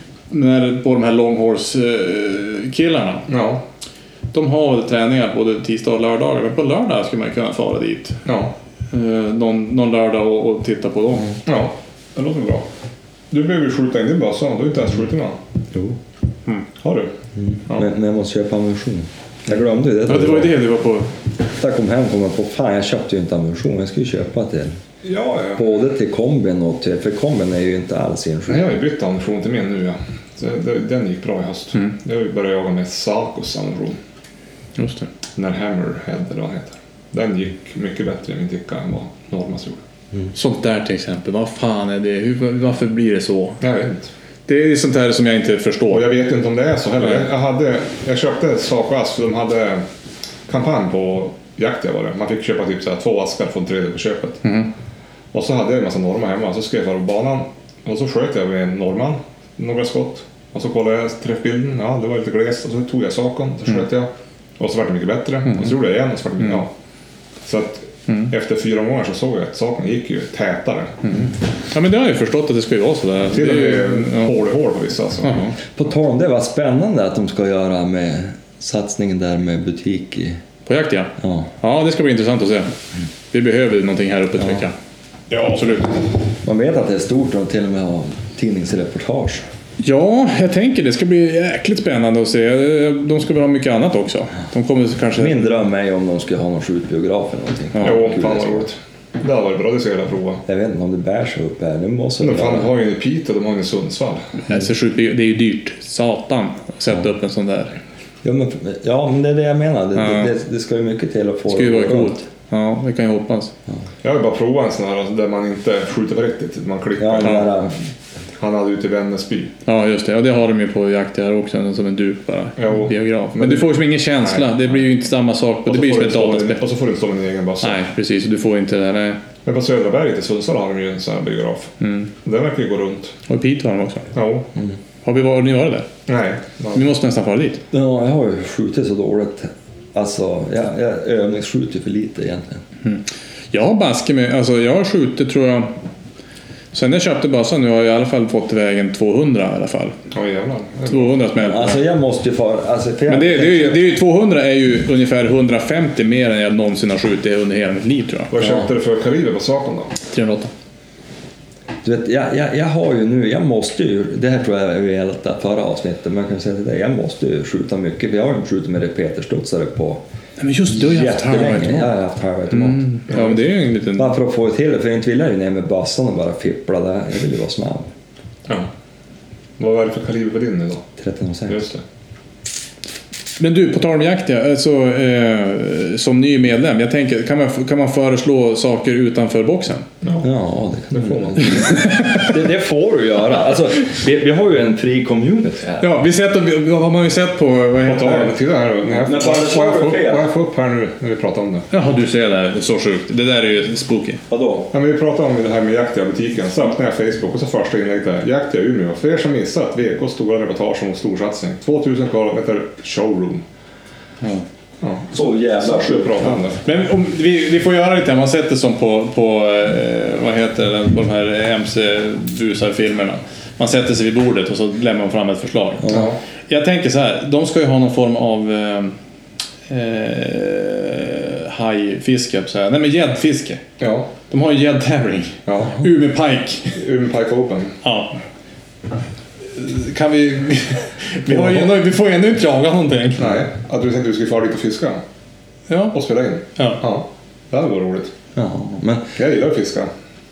när, på de här Longhorse-killarna. Ja. De har träningar både tisdag och lördagar, men på lördag skulle man kunna fara dit. Ja. Eh, någon, någon lördag och, och titta på dem. Ja, det låter bra. Du behöver skjuta in din bössa, du har inte ens skjutit någon. Jo. Mm. Har du? Mm. Ja. Men, men jag måste köpa ammunition. Jag glömde ju det. Ja, det var ju det du var på. Jag kom hem och kom på, fan jag köpte ju inte ammunition, jag skulle köpa till. Ja, ja. Både till kombin och till, för kombin är ju inte alls inskjuten. Jag har ju bytt ammunition till min nu, ja. Så det, den gick bra i höst. Mm. Jag har ju börjat jaga med Salcos ammunition. Just det. Den här Hammerhead eller vad den heter. Den gick mycket bättre i min ticka än vad Normas gjorde. Mm. Sånt där till exempel, vad fan är det? Hur, varför blir det så? Jag vet inte. Det är sånt här som jag inte förstår. Och jag vet inte om det är så heller. Jag, hade, jag köpte Saco Ask för de hade kampanj på jakt jag var det. Man fick köpa typ så här, två askar från tredje på köpet. Mm. Och så hade jag en massa norma hemma. Så skrev jag på banan. Och så sköt jag med en norman. Några skott. Och så kollade jag träffbilden. Ja, det var lite glest. Och så tog jag sakon. Så sköt jag. Och så var det mycket bättre. Mm. Och så gjorde jag igen. Och så var det mycket, mm. ja. Så att mm. efter fyra månader så såg jag att saken gick ju tätare. Mm. Ja, men det har jag ju förstått att det ska ju vara sådär. Till och med ja. hål i hål på vissa. Så. Uh-huh. På tal om det, var spännande att de ska göra med satsningen där med butik i... På jakt, ja. Ja. Ja, det ska bli intressant att se. Vi behöver någonting här uppe, tycker jag. Ja, absolut. Man vet att det är stort och till och med har tidningsreportage. Ja, jag tänker det ska bli jäkligt spännande att se. De ska väl ha mycket annat också. De kommer kanske... Min dröm är om de ska ha någon skjutbiograf eller någonting. Ja, jo, fan vad roligt. Det hade varit bra, det ska jag prova. Jag vet inte om det bär sig upp här. Nu måste de fan har ju en i Piteå, de har ju en i Sundsvall. Alltså, skjutbio, det är ju dyrt. Satan att sätta upp en sån där. Ja men, ja, men det är det jag menar. Det, ja. det, det ska ju mycket till att få det. Ska ju vara coolt. Ja, det kan jag hoppas. Ja. Jag vill bara prova en sån här där man inte skjuter på riktigt. Man klickar. Ja, ja. Han hade ute i Vännäsby. Ja, just det. Ja, det har de ju på jakt här också. Som en duk bara. Jo. Biograf. Men, men du får ju som ingen känsla. Nej. Det blir ju inte samma sak. Det blir ju som ett dataspel. Och så får du inte stå med din egen bassa. Nej, precis. Du får inte det. Nej. Men på Södra berget i Sundsvall har de ju en sån här biograf. Mm. Den verkar ju gå runt. Och i Piteå har de också. Ja. Mm. Har vi varit, ni varit där? Nej. Vi måste nästan fara dit. Ja, jag har ju skjutit så dåligt. Alltså, jag, jag övningsskjuter för lite egentligen. Mm. Jag har baske med, alltså jag har skjutit tror jag. Sen jag köpte bössan nu har jag i alla fall fått vägen tvåhundra i alla fall. Ja, jävlar. tvåhundra smäll. Alltså jag måste ju få... Alltså, för men det, det, är ju, det är ju tvåhundra är ju ungefär hundrafemtio mer än jag någonsin har skjutit under hela mitt liv tror jag. Vad köpte ja. du för kaliber på saken då? trehundraåtta. Du vet, jag, jag, jag har ju nu, jag måste ju, det här tror jag är ju helt förra avsnittet, men jag kan säga till dig, jag måste ju skjuta mycket, för jag har ju skjutit med repeterstudsare på Nej, men just det, jag har haft jättelänge. Jag har haft halvautomat. Mm. Ja, men det är ju en liten... Bara för att få det till det, för inte vill jag ju ner med bassan och bara fippla där, jag vill ju vara snabb. Ja. Vad är det för kaliber på din nu då? tretton komma sex. Just det. Men du, på tal om jakt, ja, alltså, eh, som ny medlem, jag tänker, kan man, kan man föreslå saker utanför boxen? Ja, ja det kan det få man. det, det får du göra. Alltså, vi, vi har ju en fri community här. Ja, vi sett, vi, vad har man ju sett på, vad heter det? Titta här, vad jag, vad, vad, jag får, vad jag får upp här nu när vi pratar om det. Jaha, du ser det, det är så sjukt. Det där är ju spooky. Vadå? Ja, men vi pratar om det här med jakt i butiken. Så öppnar jag Facebook och så första inlägget där. Jakt i Umeå. För er som missat V K:s stora reportage om storsatsning. tvåtusen kvadratmeter showroom. Ja. Ja. Så jävla sjukt bra om det. Men om, vi, vi får göra lite, man sätter som på, på eh, vad heter det, på de här M C-busar-filmerna. Man sätter sig vid bordet och så lämnar man fram ett förslag. Ja. Jag tänker så här, de ska ju ha någon form av eh, eh, hajfiske, så här. Nej men gäddfiske. Ja. De har ju gäddtävling. Ja. Umeå Pike. Umeå Pike Open. Ja. Kan vi... vi, har ju ändå, vi får ju ändå inte jaga någonting. Nej, att du tänkte att du skulle fara dit och fiska. Ja. Och spela in. Ja. Ja. Det hade varit roligt. Ja, men... Jag gillar att fiska.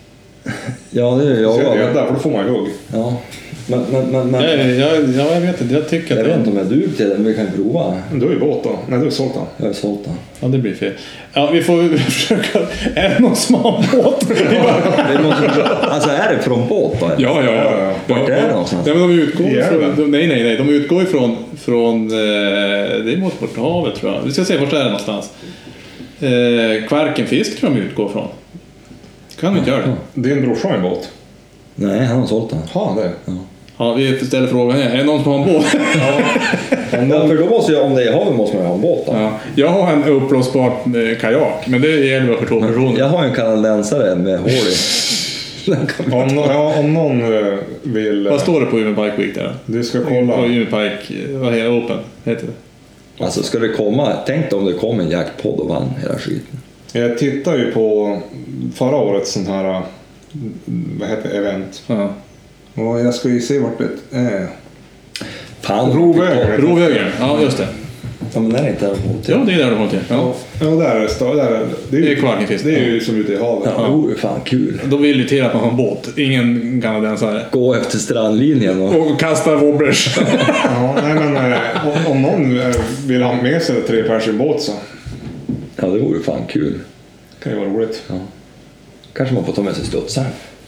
Ja, det är jag. Så jag där, för då får man ju hugg. Ja. Men, men, men, men... Ja, jag, ja, jag vet inte, jag tycker Jag att vet det... inte om jag duger till det, men vi kan ju prova. Men du är ju båt då. Nej, du är sålt då. Jag har sålt den. Ja, det blir fel. Ja, vi får försöka... Är det någon som har en båt? Vi måste... Alltså, är det från båt då? Eller? Ja, ja, ja. ja. Vart är det någonstans? Ja, men de utgår I från... De, nej, nej, nej. De utgår ifrån... Från, eh, det är mot Borthavet, tror jag. Vi ska se, vart är det någonstans? Eh, Kvarkenfisk tror jag de utgår från. Kan vi inte göra det? Din brorsa har en båt. Nej, han har sålt den. Ha det. Ja. Ja, vi ställer frågan här. Är det någon som har en båt? Ja, för då måste jag, om det är i havet måste man ha en båt då. Ja. Jag har en uppblåsbar eh, kajak, men det gäller för två personer. Jag har en kanadensare med hål i. Om, no- ja, om någon eh, vill... Vad står det på Umeå Pike Week där? Du ska På kolla. Umeå Pike, vad heter det? Open, heter det. Alltså ska det komma, tänk dig om det kom en jaktpodd och vann hela skiten. Jag tittar ju på förra årets sån här... Vad heter det? Event. Ja. Och jag ska ju se vart det är. Fan. Rovögen. Rovögen, ja just det. Ja, men är det inte där mot? Ja, det är där de håller till. Ja. Ja, där är det. Där är, det, är Det ju, är Kvarkenfisk. det är ju som ute i havet. Ja, det vore fan kul. De vill ju till att man har en båt. Ingen kanadensare. Gå efter strandlinjen och... Och kasta wobblers. Ja, nej, men eh, om, om någon eh, vill ha med sig tre pers i en båt så Ja, det vore fan kul. kan ju vara roligt. Ja. Kanske man får ta med sig studsaren.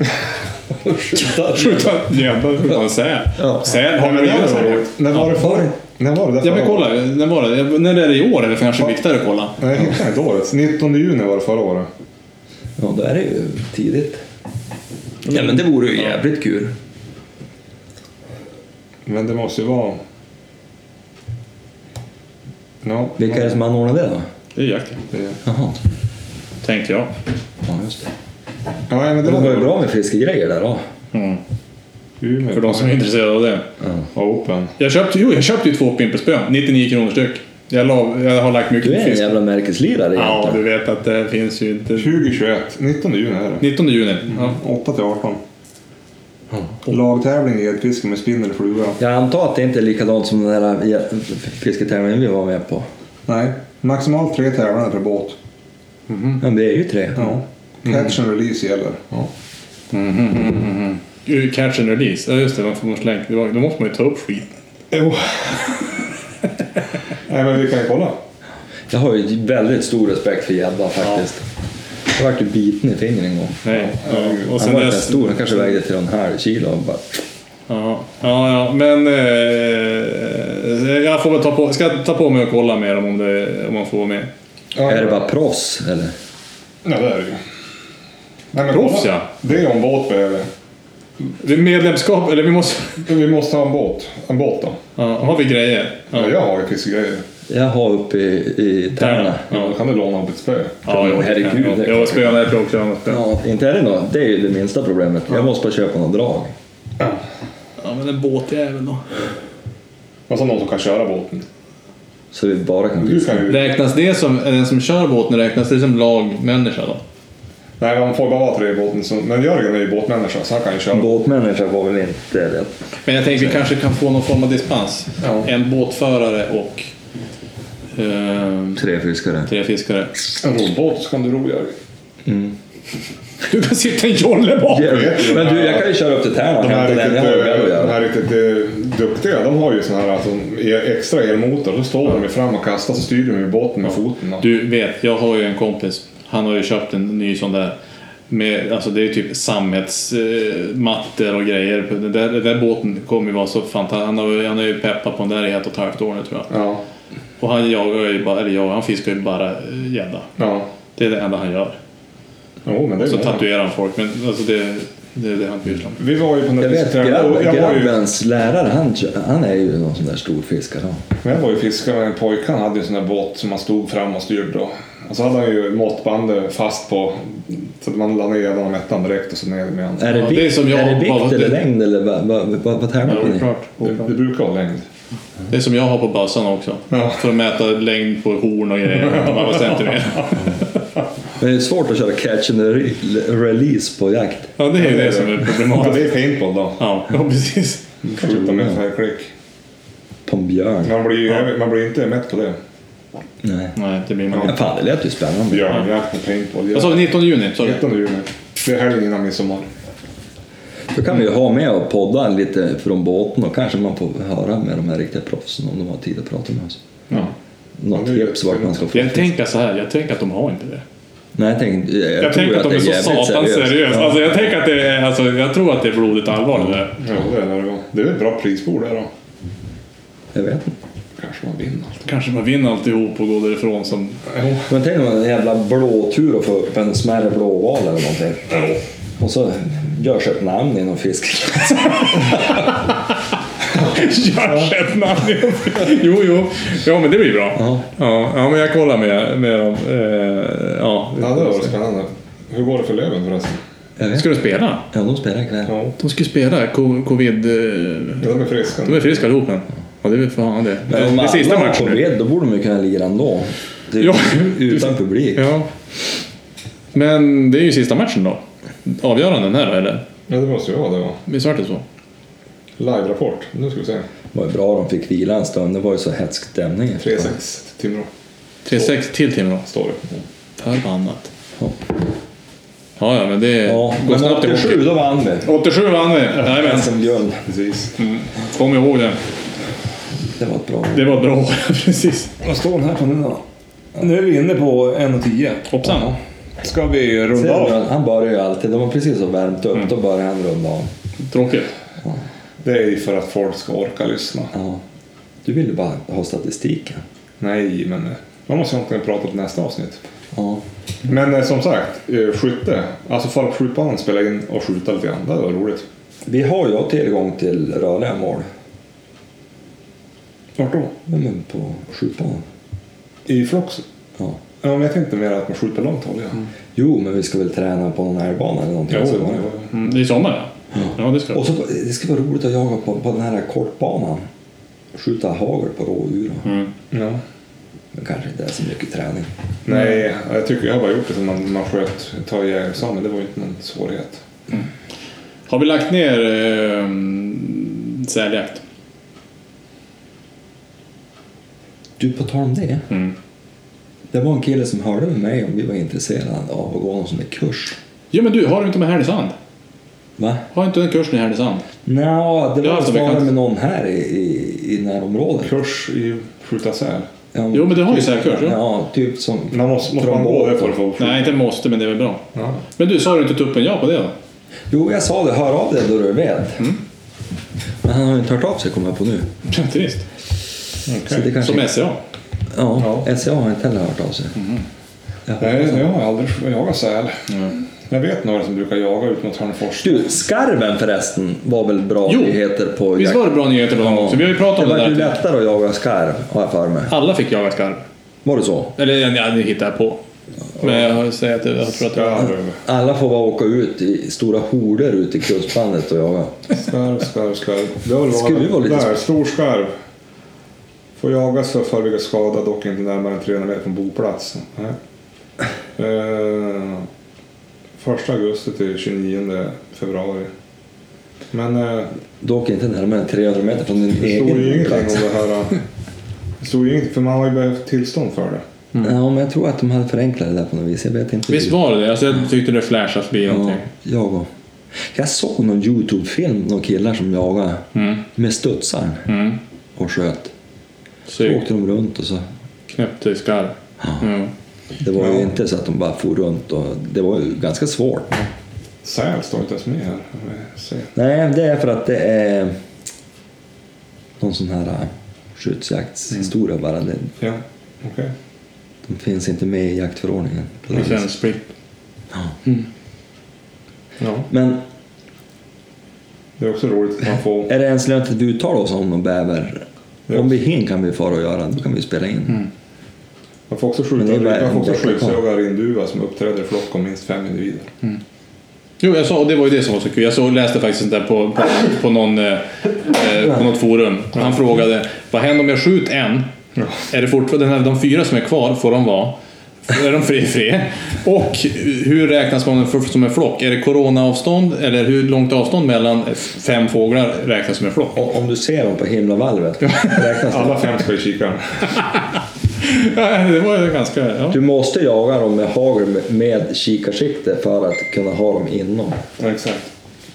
Skjuta. Skjuta gädda, skjuta en säl. Ja. Säl har Ja, vi men ju det var det. roligt. När var det för? När var det där Ja, men förra kolla. året? När var det? När är det i år? Eller kanske viktigare att kolla? Nej, hittar inte året. nittonde juni var det förra året. Ja, då är det ju tidigt. Ja, men det vore ju jävligt kul. Men det måste ju vara... Ja, Vilka är det som anordnar det då? Det är jakten. det, Jaha. Tänkte jag. Ja, just det. ja, men det Det var var ju bra med fiskegrejer där då. Mm. Umeå. För de som är intresserade av det. Ja. Open. Jag köpte, jo, jag köpte ju två pimpelspön. nittionio kronor styck. Jag, la, jag har lagt mycket Du är en fisk. jävla märkeslirare Ja, egentligen. du vet att det finns ju inte... tjugo tjugoett. nittonde juni är det. nittonde juni. Ja. åtta till arton. Lagtävling i edfiske med spindel och fluga. Jag antar att det inte är likadant som den där fisketävlingen vi var med på. Nej, maximalt tre tävlande per båt. Men det är ju tre. Ja. Catch and release gäller. Ja. Catch and release. Ja, just det. Man får slänga. Då måste man ju ta upp skit. Jo. Nej, men vi kan ju kolla. Jag har ju väldigt stor respekt för gädda faktiskt. Jag var ju biten i fingret en gång. Nej. Ja. Och Han sen var inte dess... stor, han kanske vägde till en halv kilo. Och bara... Ja, ja, ja. Men eh, jag får väl ta på, ska jag ta på mig och kolla med dem om, det, om man får vara med. Ja, Är det bara proffs eller? Ja, det är det ju. Nej, men Proffs, kolla. ja. Det är en båt behöver. Vi medlemskap, eller vi måste... Vi måste ha en båt. En båt då. Ja, har vi grejer? Ja. Jag har ju fiskegrejer. Jag har uppe i, i tärna. Ja. Då kan du låna upp ett spö. Ja, jo, herregud, Ja, det är jag klart. spöar när jag också har spö. Ja, inte är det något. Det är ju det minsta problemet. Jag måste bara köpa någon drag. Ja, men en båtjävel då. Och så någon som kan köra båten. Så vi bara kan Du fiska. kan ju... Räknas det som, den som kör båten, räknas det som lagmänniska då? Nej, man får bara vara tre i båten. Så, men Jörgen är ju båtmänniska så han kan ju köra. Båtmänniska var väl inte det. Men jag tänker vi kanske kan få någon form av dispens. Ja. En båtförare och eh, Tre fiskare. tre fiskare. En roddbåt så kan du ro, Jörgen. Mm. Du kan sitta en jolle bak. Men du, jag kan ju köra upp till Tärna och De här hämta den. Jag har riktigt, väl att de göra. här riktigt eh, duktiga, de har ju sån här att de är extra elmotor. Så står de ju fram och kastar så styr de med båten med foten. Då. Du vet, jag har ju en kompis. Han har ju köpt en ny sån där. Med, alltså det är typ sammetsmattor eh, och grejer. Den där, den där båten kommer ju vara så fantastisk. Han har, han har ju peppat på den där i ett och ett halvt år nu tror jag. Ja. Och han jagar ju bara, eller jag, han fiskar ju bara gädda. Ja. Det är det enda han gör. Jo, men det är Så många. tatuerar han folk, men alltså det, det är det han pysslar med. Vi var ju på den Jag där vet, fisktränaren. grabb, Jag var ju- grabbens lärare, han, han är ju någon sån där stor fiskare. Men jag var ju fiskare med en pojke, han hade ju en sån där båt som man stod fram och styrde då. Och så hade han ju måttbandet fast på så att man la ner jävlarna mättan direkt och så ner med han. Är det, Ja, vikt, det är som jag är det vikt har- eller längd eller vad, vad, vad, vad tävlar Ja, det ni? är klart. Det, det brukar vara längd. Det är som jag har på bössan också. Ja. För att mäta längd på horn och grejer. De här centimeter. Men det är svårt att köra catch and re- release på jakt. Ja, det är ju det som är Ja, problematiskt. det är paintball då. Ja, ja precis. Skjuta med en sån här klick. På en björn. Man blir ju man blir inte mätt på det. Nej. Nej, det blir man Ja, inte. fan, det lät ju spännande. Björnjakt med paintball. Vad sa du, nittonde juni? Sa du? nittonde juni. Det är helgen innan midsommar. Då kan vi ju ha med och podda lite från båten och kanske man får höra med de här riktiga proffsen om de har tid att prata med oss. Ja. Något Ja, det är tips vart man ska få. Jag tänker så här, jag tänker att de har inte det. Nej, jag, tänk, jag, Jag, tror tänker att de är så jävligt satan seriösa. Ja. Alltså, jag tänker att det är, alltså, jag tror att det är blodigt allvar det där. Ja, det är det. Då. Det är ett bra prisbord där då. Jag vet inte. Kanske man vinner allt. Kanske man vinner alltihop och går därifrån som... Men tänk om en jävla blåtur och få upp en smärre blåval eller någonting. Och så görs ett namn i någon fisk. Görs ett namn. Jo, jo. Ja, men det blir bra. Ja. Ja, ja men jag kollar med, med dem. Eh, ja, Ja, det var spännande. Hur går det för Löven förresten? Jag vet. Ska du spela? Ja, de spelar ikväll. Ja, De ska ju spela co- covid... eh, de är friska. De är friska allihopa. Ja, det är väl fan det. Men om Det är sista alla matchen har nu. covid, då borde de ju kunna ligga ändå. Typ, Ja. utan publik. Ja. Men det är ju sista matchen då. Avgörande den här då, eller? Ja, det måste ju vara det va. Visst var det så? Live-rapport. Nu ska vi se. Det var ju bra de fick vila en stund. Det var ju så hätsk stämning. tre sex till Timrå. tre sex till Timrå. Står det. Förbannat. Ja. Ja, ja, men det Ja, går men snabbt ihåg. åttiosju då vann vi. åttiosju vann vi. Jajamän. Som guld. Precis. Mm. Kom ihåg det. Det var ett bra. Det var bra, precis. Vad står den här på nu då? Nu är vi inne på en och tio. Hoppsan. Ska vi Ser runda du, av? han börjar ju alltid. De var precis så värmt upp. Då börjar han runda av. Tråkigt. Det är ju för att folk ska orka lyssna. Ja. Du vill ju bara ha statistiken. Nej, men man måste ju inte prata på nästa avsnitt. Ja. Men eh, som sagt, eh, skytte. Alltså få på skjutbanan, spela in och skjuta lite grann. Det var roligt. Vi har ju tillgång till rörliga mål. Vart då? Men på skjutbanan. I Flox? Ja. Jag vet inte mer att man skjuter långt håll. Ja. Jo, men vi ska väl träna på någon älgbana eller någonting. Jo, Så jo, var det. jo. Mm, det är sommar, ja. Ja, det ska Och så, det ska vara roligt att jaga på, på den här kortbanan. Skjuta hagel på rådjur. mm. Ja. Men kanske inte är så mycket träning. Nej, jag tycker jag har bara gjort det som man, man sköt ett tag i jägarexamen, men det var ju inte någon svårighet. Har vi lagt ner eh, säljakt? Du, på tal om det. Mm. Det var en kille som hörde med mig om vi var intresserade av att gå någon sån där kurs. Ja, men du, har du inte med Härnösand? Va? Har inte en kurs i Härnösand? Nå, det Ja, var alltså, snarare bekant. med någon här i, i, i närområdet. Kurs i skjuta säl. Ja, Jo, men det har ju typ- sälkurs, ja. Ja, typ som... Man måste, måste från man gå det för båten. att få skjuta? Nej, inte måste, men det är väl bra. Ja. Men du, sa du inte tuppen ja på det då? Jo, jag sa det. Hör av dig då du vet. Mm. Men han har ju inte hört av sig, kommer jag på nu. Trist. Så det kanske... Som S C A. Ja, Ja. S C A har inte heller hört av sig. Jag Nej, hoppas jag han- har aldrig jagat säl. Mm. Jag vet några som brukar jaga ut mot Hörnefors. Du, skarven förresten var väl bra Jo, nyheter på Visst var det bra nyheter på dem också? Vi har ju pratat om det det var ju där. lättare att jaga skarv, har jag för mig. Alla fick jaga skarv. Var det så? Eller ja, det hittar jag på. Men jag säger att jag tror att det var... Skarv, Alla får bara åka ut i stora horder ut i kustbandet och jaga. skarv, skarv, skarv. Det var väl Skulle ju vara lite där, så. stor skarv. Får jagas för att förebygga skada, dock inte närmare än trehundra meter från boplats. Nej. Eh, första augusti till tjugonionde februari. Men eh, dock inte närmare än trehundra meter från din det egen stod ju ingenting plats. om det här. Det stod ju ingenting, för man har ju behövt tillstånd för det. Mm. Ja, men jag tror att de hade förenklat det där på något vis. Jag vet inte. Visst var det det? Alltså, jag tyckte det flashade förbi ja, någonting. jag och. Jag såg någon YouTube-film, någon killar som jagade Mm. med studsar Mm. och sköt. Så Så åkte de runt och så. knäppte i skarv. Ja. Mm. Det var ju Ja. inte så att de bara for runt. Och det var ju ganska svårt. Säl står inte ens med här. Jag ser. Nej, det är för att det är någon sån här äh, skyddsjaktshistoria bara. Det, Ja, okej. de finns inte med i jaktförordningen. Licensplikt. Ja. Mm. Ja, Men det är också roligt att man får... är det ens lönt att vi uttalar oss om någon bäver? Ja. Om vi hinner kan vi fara och göra, då kan vi spela in. Mm. Man får också Men det är skjuta, bara man får också en vecka kvar. skyddsjaga rinduva som uppträder i flock om minst fem individer. Jo, jag sa, och det var ju det som var så kul. Jag så, läste faktiskt där på, på, på, någon, eh, på något forum. Han frågade, vad händer om jag skjuter en? Ja. Är det fortfarande de fyra som är kvar, får de vara? Är de fri fri? Och hur räknas man som en flock? Är det coronaavstånd eller hur långt avstånd mellan fem fåglar räknas som en flock? Och om du ser dem på himlavalvet, räknas det. Alla fem ska i kikaren. Ja, det var ju ganska... Ja. Du måste jaga dem med hagel med- med kikarsikte för att kunna ha dem inom. Ja, exakt.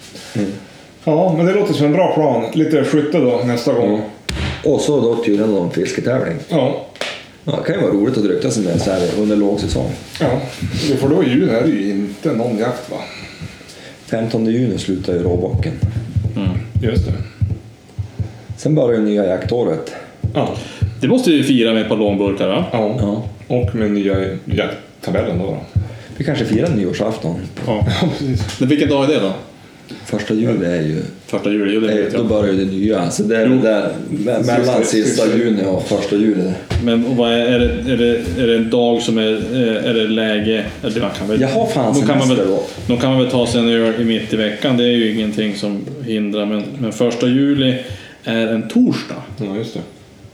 Ja, men det låter som en bra plan. Lite skytte då nästa gång. Och så då tydligen någon fisketävling. Ja, Ja, det kan ju vara roligt att drycka sig med så här under lågsäsong. ja. Det får då i juni är det ju inte någon jakt, va? femtonde juni slutar ju råbocken. Just det. Sen börjar ju nya jaktåret. Ja. Det måste vi fira med ett par långburkar, va? Ja. Ja. Och med nya jakttabellen då. då. Vi kanske firar nyårsafton. Ja. Ja, precis. Men vilken dag är det då? Första juli är ju... Första juli, jo, det vet Då jag. börjar ju det nya. Så det är Jo. väl där me- mellan sista juni och första juli. Men vad är, är, det, är, det, är det en dag som är, är det läge? Eller man kan väl, Jag har fan då kan man semester väl, då. då kan man väl ta sig en öl i mitt i veckan. Det är ju ingenting som hindrar. Men, men första juli är en torsdag. Ja, just det.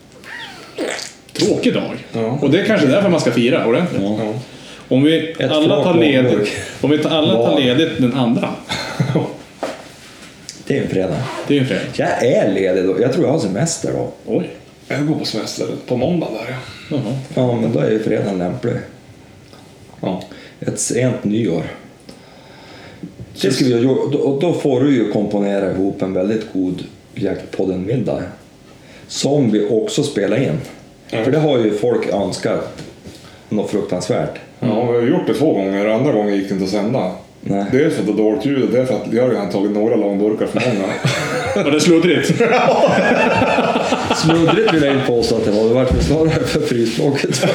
Tråkig dag. Ja. Och det är kanske därför man ska fira ordentligt. Ja. Ja. Om vi Ett alla flak tar ledigt, långburk. om vi tar, alla tar Var. ledigt den andra. Det är en fredag. Det är ju fredag. Jag är ledig då. Jag tror jag har semester då. Oj. Jag går på semester på måndag där, ja. Jaha. Ja, men då är ju fredagen lämplig. Ja. Ett sent nyår. Det ska vi göra. Och då får du ju komponera ihop en väldigt god jaktpodden-middag. Som vi också spelar in. Ja. För det har ju folk önskat något fruktansvärt. Ja, vi har gjort det två gånger. Andra gången gick det inte att sända. Nej. Dels för att det är dåligt ljud och det är för att Jörgen har tagit några långburkar för många. Var det sluddrigt? Smuddrigt vill jag inte påstå att det var. Det var snarare för frysblocket.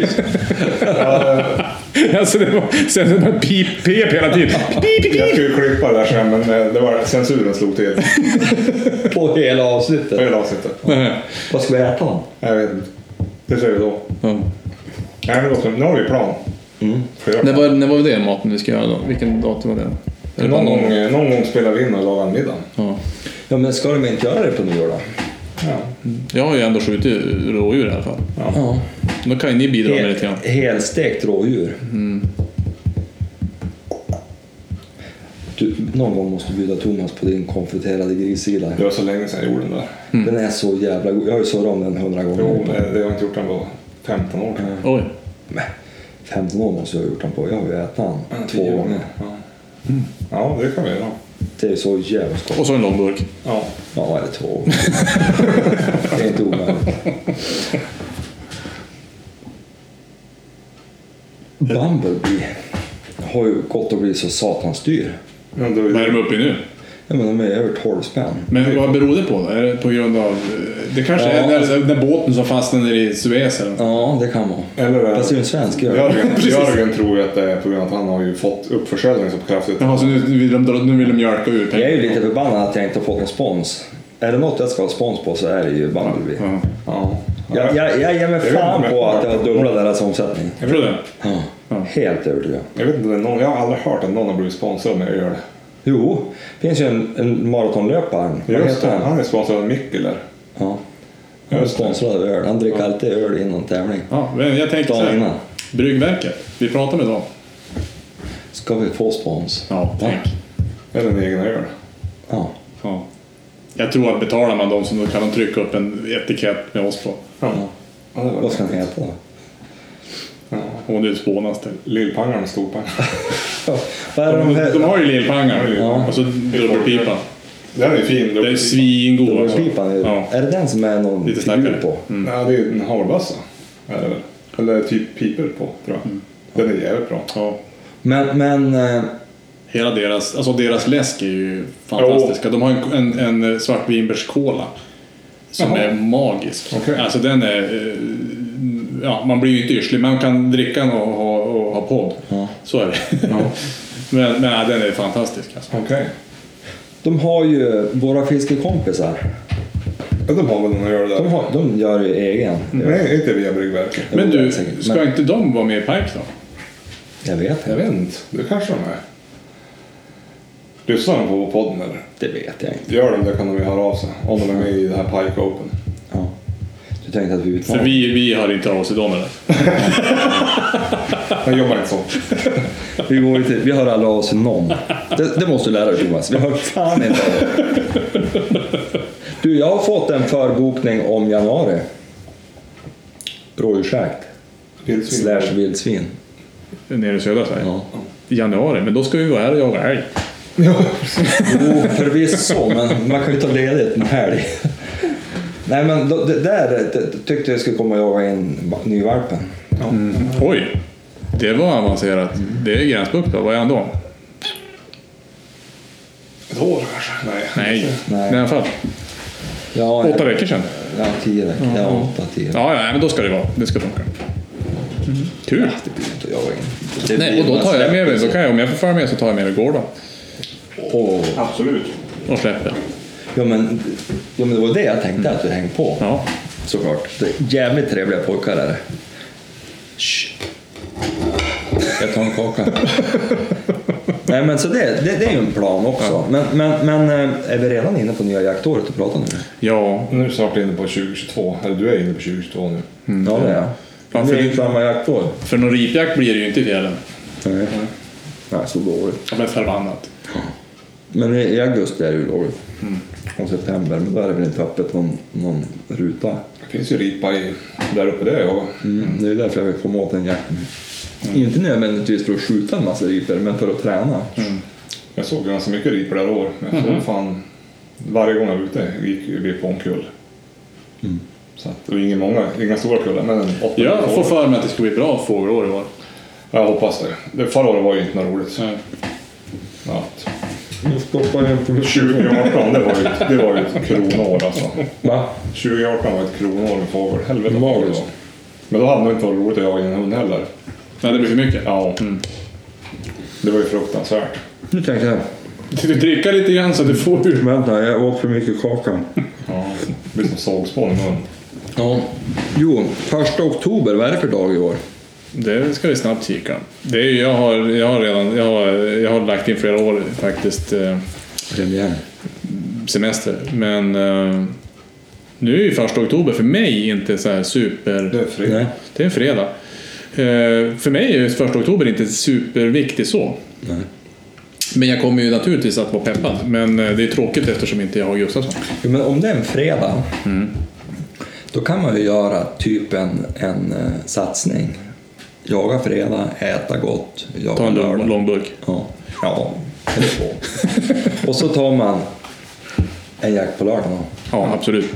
Alltså det var, sen det var pip, pip hela tiden. Pip, pip, Jag pip. skulle klippa det där sen, men eh, det var censuren slog till På hela på avsnittet. hela avsnittet. Vad ska vi äta då? Jag vet inte. Det säger vi då. Ja. Nej, men då, nu har vi plan. Mm. Flera När plan. var, när var det maten vi ska göra då? Vilken datum var det? Är det bara Någon, gång, eh, någon gång spelar vi in och lagar en middag. Ja. Ja, men ska de inte göra det på nyår då? Ja. Jag har ju ändå skjutit rådjur i alla fall. Ja. Då kan ju ni bidra med lite grann. Helstekt rådjur. Du, någon gång måste du bjuda Thomas på din konfiterade grissida. Det var så länge sedan jag gjorde den där. Mm. Den är så jävla god. Jag har ju surrat om den hundra gånger. Jo, men det har jag inte gjort den på femton år. Mm. Oj. Men femton år måste jag ha gjort den på. Jag har ju ätit den Ja, två tio år. gånger. Ja. Ja, det kan vi göra. Det är så jävla skott. Och så en långburk. Ja. Ja, eller två gånger. Det är inte omöjligt. Bumblebee har ju gått och blivit så satans dyr. Men då, Vad är de uppe i nu? Ja, men de är över tolv spänn. Men vad beror det på då? Är det på grund av... Det kanske Ja, är den, alltså- den båten som fastnade nere i Suez eller något. Ja, det kan vara. eller, Fast det är ju en svensk öl. Jörgen, Precis. Jörgen tror ju att det är på grund av att han har ju fått upp försäljningen så kraftigt. Jaha, så nu vill de, dra- nu vill de mjölka ut Jag är ju pengar. lite förbannad att jag inte har fått någon spons. Är det något jag ska ha spons på så är det ju Bumblebee. Ja. Ja. Jag, jag, jag ger mig Jag vet fan inte, på men- att jag har dubblat deras omsättning. Jag tror det. Ja, Ja. helt övertygad. Jag vet inte, det är någon, jag har aldrig hört att någon har blivit sponsrad med öl. Jo, det finns ju en, en maratonlöpare. Vad Just heter det, han? han är sponsrad av Mikkeler. Ja. Han är Just det. sponsrad av öl. Han dricker alltid öl innan tävling. Ja, men jag tänkte så Dagen här. innan. Bryggverket. Vi pratar med dem. Ska vi få spons? Ja, tänk. Eller en egen öl. Ja. Ja. Jag tror att betalar man dem så då kan de trycka upp en etikett med oss på. Ja. Ja, det var Vad ska den heta då? Ja. Och det är spånaste. Lillpangar med storpangar. Ja. Vad är De, de här? de har ju lillpangar. Ja. Och så dubbelpipa. Den är fin. Det är svingod. Alltså. Pipan är, Ja. är det den som är någon Lite figur starkare. på? Mm. Nej, det är en havrbassa. Är det väl? Eller typ piper på, tror jag. Mm. Den är jävligt bra. Ja. Men, men eh, Hela deras, alltså deras läsk är ju fantastiska. De har en, en, en svartvinbärskola som Jaha. är magisk. Okej. Alltså den är, eh, ja, man blir ju inte yrslig. Man kan dricka den och ha, och ha podd. Ja. Så är det. Ja. men, men ja, den är fantastisk. Alltså. Okej. de har ju våra fiskekompisar. Ja, de har väl någon att göra det där. De, har, de gör ju egen. Nej, inte via bryggverket. Men Jo, du, säkert. ska Men- inte de vara med i Pike då? Jag vet Jag inte. vet inte. Det kanske de är. Lyssnar de på podden eller? Det vet jag inte. Gör de det kan de ju höra av sig. Om de är med i det här Pike Open. Ja. Du tänkte att vi För utmanar. vi, vi har inte av oss i dem eller? Jag jobbar inte så. Vi, går inte, vi hör aldrig av oss till någon. Det, det måste du lära dig, Thomas. Vi hör fan inte av det. Du, jag har fått en förbokning om januari. Rådjursjakt. Vildsvin. Slash vildsvin. Nere i södra Sverige? Ja. I januari, men då ska vi vara här och jaga älg. Ja. Jo, förvisso, men man kan ju ta ledigt en helg. Nej, men då, det där det, det, tyckte jag skulle komma och jaga in nyvalpen. Ja. Mm. Oj, det var avancerat. Det är gränsbukt då, vad är han då? Ett år kanske? Nej. Nej, Nej. i alla fall. Ja, Åtta veckor sedan. Ja, tio veckor. Ja, åtta, tio. Ja, ja, men då ska det vara. Det ska funka. Kul. Det blir inte att jaga in. Det Nej, blir och då tar jag med mig, släpper då kan jag, om jag får följa med så tar jag med mig Gordon Och, Absolut. och släpper. ja, men, ja, men det var det jag tänkte att du hängde på. Ja. Såklart. Det är jävligt trevliga pojkar är det. Shh. Jag tar en kaka. Nej, men så det, det, det är ju en plan också. Ja. Men, men, men är vi redan inne på nya jaktåret och pratar nu? Ja, Nu är du snart inne på tjugohundratjugotvå. Eller du är inne på tjugohundratjugotvå nu. Mm. Ja, det är jag. Ja, Det för är det- ju samma jaktår. för någon ripjakt blir det ju inte i fjällen. Nej. Nej, så dåligt. Jag blir förbannat. Men i augusti är det ju dåligt. Mm. Och september, men då är det väl inte öppet någon, någon ruta. Det finns ju ripa i, där uppe där jag. Mm. Det är därför jag vill komma åt en jakt. Mm. Inte nödvändigtvis för att skjuta en massa ripor, men för att träna. Mm. Jag såg ganska mycket ripor där år. Men jag såg fan, varje gång jag var ute gick vi på en kull. Mm. Så att, det var inga, många, inga stora kullar, men en åtta. Jag får för mig att det ska bli bra fågelår i år. Jag hoppas det. det. Förra året var ju inte något roligt. Nej. Ja. Nu stoppar jag på tjugoarton, det var ju, det var ju ett kronår alltså. Va? tjugoarton var ett kronår med fågel. Helvete vad Magiskt. det var. Men då hade man inte varit roligt att jaga en hund heller. Nej, det blir för mycket. Ja, Mm. det var ju fruktansvärt. Nu tänkte jag, Du ska dricka lite grann så att du får ur. vänta, jag åt för mycket kaka. Ja, det blir som sågspån i munnen. Ja. Jo, första oktober, vad är det för dag i år? Det ska vi snabbt kika. Det är, jag, har, jag har redan jag har, jag har lagt in flera år faktiskt eh, Premiär. semester. Men eh, nu är ju första oktober för mig inte så här super... Det är fredag. Nej. Det är en fredag. Eh, för mig är ju första oktober inte superviktig så. Nej. Men jag kommer ju naturligtvis att vara peppad. Men eh, det är tråkigt eftersom inte jag har Gustafsson. Jo, men om det är en fredag, Mm. då kan man ju göra typ en, en uh, satsning. Jaga fredag, äta gott, jaga Ta en lång, lördag. lång burk. Ja, ja, eller två. Och så tar man en jakt på lördag. då. Ja, absolut.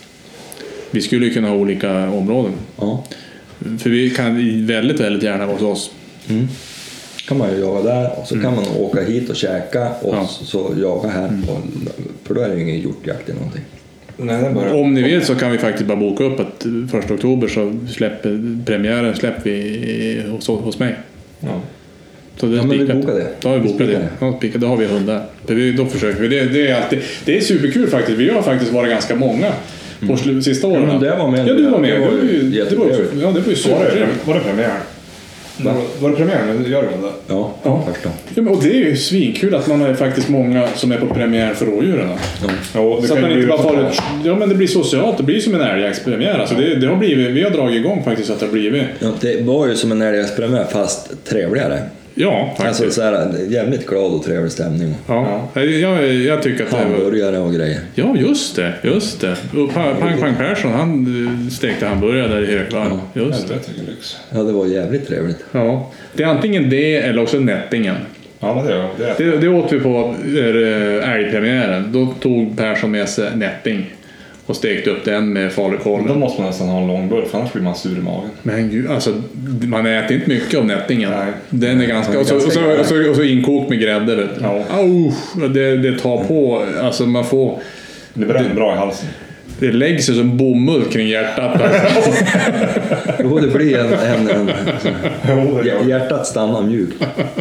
Vi skulle ju kunna ha olika områden. Ja. För vi kan väldigt, väldigt gärna vara hos oss. Mm. kan man ju jaga där och så kan man åka hit och käka och Ja. så, så jaga här. På, för då är det ju ingen hjortjakt eller någonting. Nej, det är bara... Om ni vill så kan vi faktiskt bara boka upp att första oktober så släpper premiären släpper vi hos, hos mig. Ja. Så det är Ja, men vi spikat. bokar det. Då har vi Vi bokat spikar det. det. Ja, spikat. Då har vi hundar. För vi, då försöker vi. Det, det, är alltid, det är superkul faktiskt. Vi har faktiskt varit ganska många på slu- sista åren. Ja, men det var med. Ja, du var med. Det Det var var ju, det var, jättetrevligt. ja, det var ju Var, det, supertrevligt. var det premiär? Va? Var det premiär? Men gör det det? Ja, Ja. första. Ja, men, och det är ju svinkul att man är faktiskt många som är på premiär för rådjuren. Ja. Ja, det Så att kan man ju inte bli bara får så- ett, ja, men det blir socialt, det blir som en älgjaktspremiär. Alltså det, det har blivit, vi har dragit igång faktiskt att det har blivit. Ja, det var ju som en älgjaktspremiär fast trevligare. Ja, faktiskt. Alltså så här, jävligt glad och trevlig stämning. Ja, ja. Jag, jag tycker att det var... Hamburgare och grejer. Ja, just det, just det. Och Pang Pang Persson, han stekte hamburgare där i Högvall. Ja, just det. Ja, det var jävligt trevligt. Ja, det är antingen det eller också Nättingen. Ja, det är det. Det, det åt vi på älgpremiären. Då tog Persson med sig nätting och stekte upp den med falukorv. Då måste man nästan ha en lång burk, för annars blir man sur i magen. Men gud, alltså man äter inte mycket av nättingen. Nej. Den är ganska... Och så, och så, och så, och så inkokt med grädde, vet du. Ja. Oh, det, det tar på... Alltså man får... Det bränner bra i halsen. Det läggs sig som bomull kring hjärtat. Alltså. Jo, det blir en... en, en alltså, hjärtat stannar mjukt.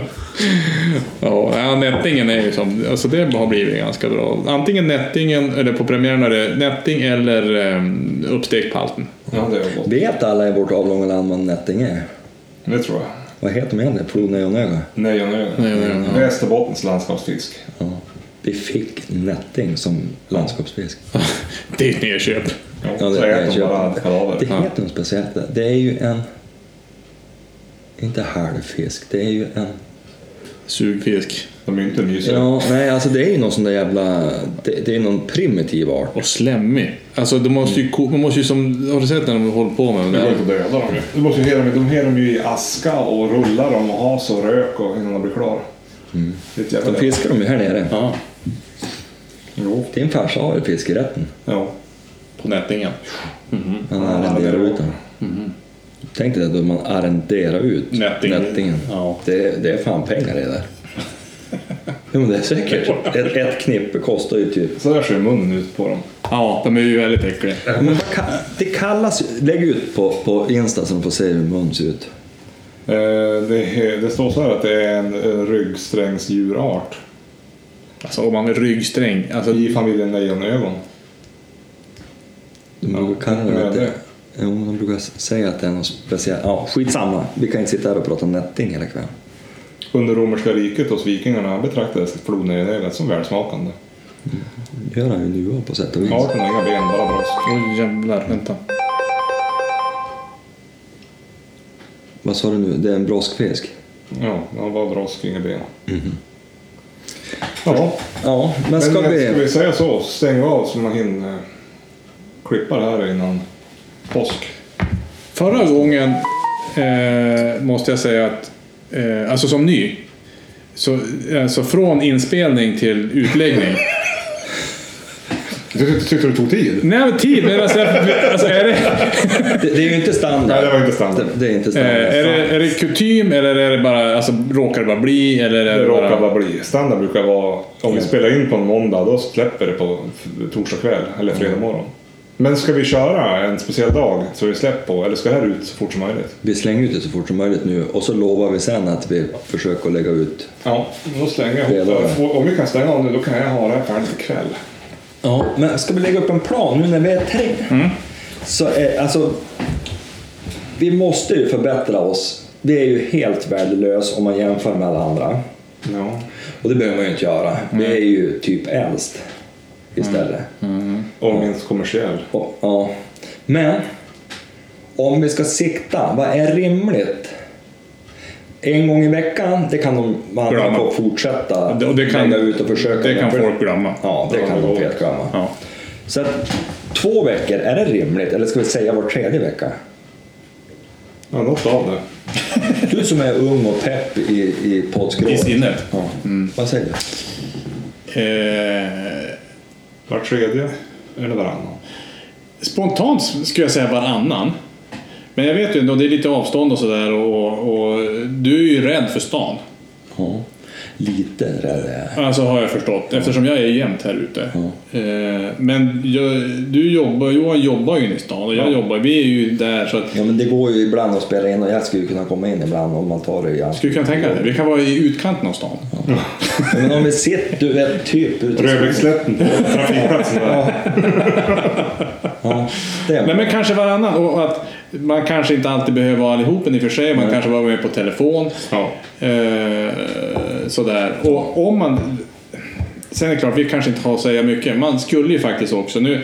Ja, nättingen är ju som... Alltså det har blivit ganska bra. Antingen nättingen, eller på premiären är det nätting eller um, uppstekt palten. Ja, det är gott. Vet alla i vårt avlånga land vad nätting är? Det tror jag. Vad heter de egentligen? Plonögonöga? Nej och nej. Nej och nej. Västerbottens landskapsfisk. Ja. Vi fick nätting som landskapsfisk. Det är ett nedköp. Ja, Ja, det, så det, äter de bara kadaver. det heter något speciellt. Det är ju en... Inte halvfisk, det är ju en... Sugfisk. De är ju inte mysiga. Ja, nej, alltså det är ju någon sån där jävla... Det, det är någon primitiv art. Och slemmig. Alltså de måste ju... Man måste ju som... Har du sett när de håller på med Det det? går inte att döda dem ju. Du måste ju hela, de har dem ju i aska och rullar dem och has och rök och innan de blir klar. Mm. Det är ett jävla De fiskar de ju här nere. Ja. Jo. Din farsa har ju fiskerätten. Ja. På nättingen. Mm-hmm. Han Ja, arrenderar det är ut den. Mm-hmm. Tänk dig att man arrenderar ut Nättingen. nättingen. Ja. Det, det är fan pengar i det där. Jo, men det är säkert. Ett, ett knippe kostar ju typ... Så där ser munnen ut på dem. Ja, de är ju väldigt äckliga. Men vad kan, det kallas... Lägg ut på, på Insta så de får se hur mun ser ut. Eh, det, det står så här att det är en, en ryggsträngsdjurart. Alltså om man är ryggsträng. Alltså, I familjen lejonögon. De brukar kalla det att det... Jo, de brukar säga att det är något speciellt. Ja, skitsamma. Vi kan inte sitta här och prata om nätting hela kvällen. Under romerska riket hos vikingarna betraktades flodnöjet som välsmakande. Det gör han ju nu på sätt och vis. Arten har inga ben, bara brosk. oj jävlar, vänta. Vad sa du nu? Det är en broskfisk? Ja, han var brosk, inga ben. Mm-hmm. Ja, Ja, men ska men vi... ska vi säga så? Stäng av så man hinner klippa det här innan påsk. Förra gången eh, måste jag säga att eh, alltså som ny så alltså från inspelning till utläggning. Du tyckte du tog tid? Nej, men tid, men alltså, alltså är det Det, det är ju inte standard. Nej, det var inte standard. Det, det är inte eh, standard. är det är det kutym eller är det bara alltså råkar det bara bli eller är Det det råkar bara bara bli. Standard brukar vara, om vi spelar in på en måndag, då släpper det på torsdag kväll eller fredag morgon. Men ska vi köra en speciell dag så vi släpper på, eller ska det här ut så fort som möjligt? Vi slänger ut det så fort som möjligt nu och så lovar vi sen att vi försöker lägga ut. Ja, då slänger jag ihop det. Om vi kan stänga av nu, då kan jag ha det här färdigt ikväll. Ja, men ska vi lägga upp en plan nu när vi är tre? Mm. Så är, alltså, vi måste ju förbättra oss. Det är ju helt värdelöst om man jämför med alla andra. Ja. Och det behöver man ju inte göra. Vi är ju typ äldst istället. Mm. Och minst kommersiell. Och, ja. Men om vi ska sikta, vad är rimligt? En gång i veckan, det kan de man Glömma. få fortsätta Och det kan, lägga ut och försöka. det kan folk glömma. Ja, det Ja, kan det de går. helt glömma. Ja. Så att, två veckor, är det rimligt? Eller ska vi säga var tredje vecka? Ja, något av det. Du som är ung och pepp i, i poddskrået. I sinnet. Ja. Mm. Vad säger du? Eh, Var tredje eller varannan. Spontant skulle jag säga varannan. Men jag vet ju ändå, det är lite avstånd och sådär och, och du är ju rädd för stan. Ja, lite rädd är jag. Alltså har jag förstått, eftersom jag är jämt här ute. Ja. Eh, men jag, du jobbar, Johan jobbar ju i stan och jag Ja. jobbar, vi är ju där så att... Ja, men det går ju ibland att spela in och jag skulle kunna komma in ibland om man tar det igen. Skulle du kunna tänka dig? Vi kan vara i utkanten av stan. Ja. Men om vi sitter, du vet, typ ute i Rödviksslätten på trafikplatsen där. Ja, det är Nej, men kanske varannan. Och att man kanske inte alltid behöver vara allihopen i och för sig. Man Nej. kanske var med på telefon. Ja. Eh, sådär. Och om man... Sen är det klart, vi kanske inte har att säga mycket. Man skulle ju faktiskt också nu...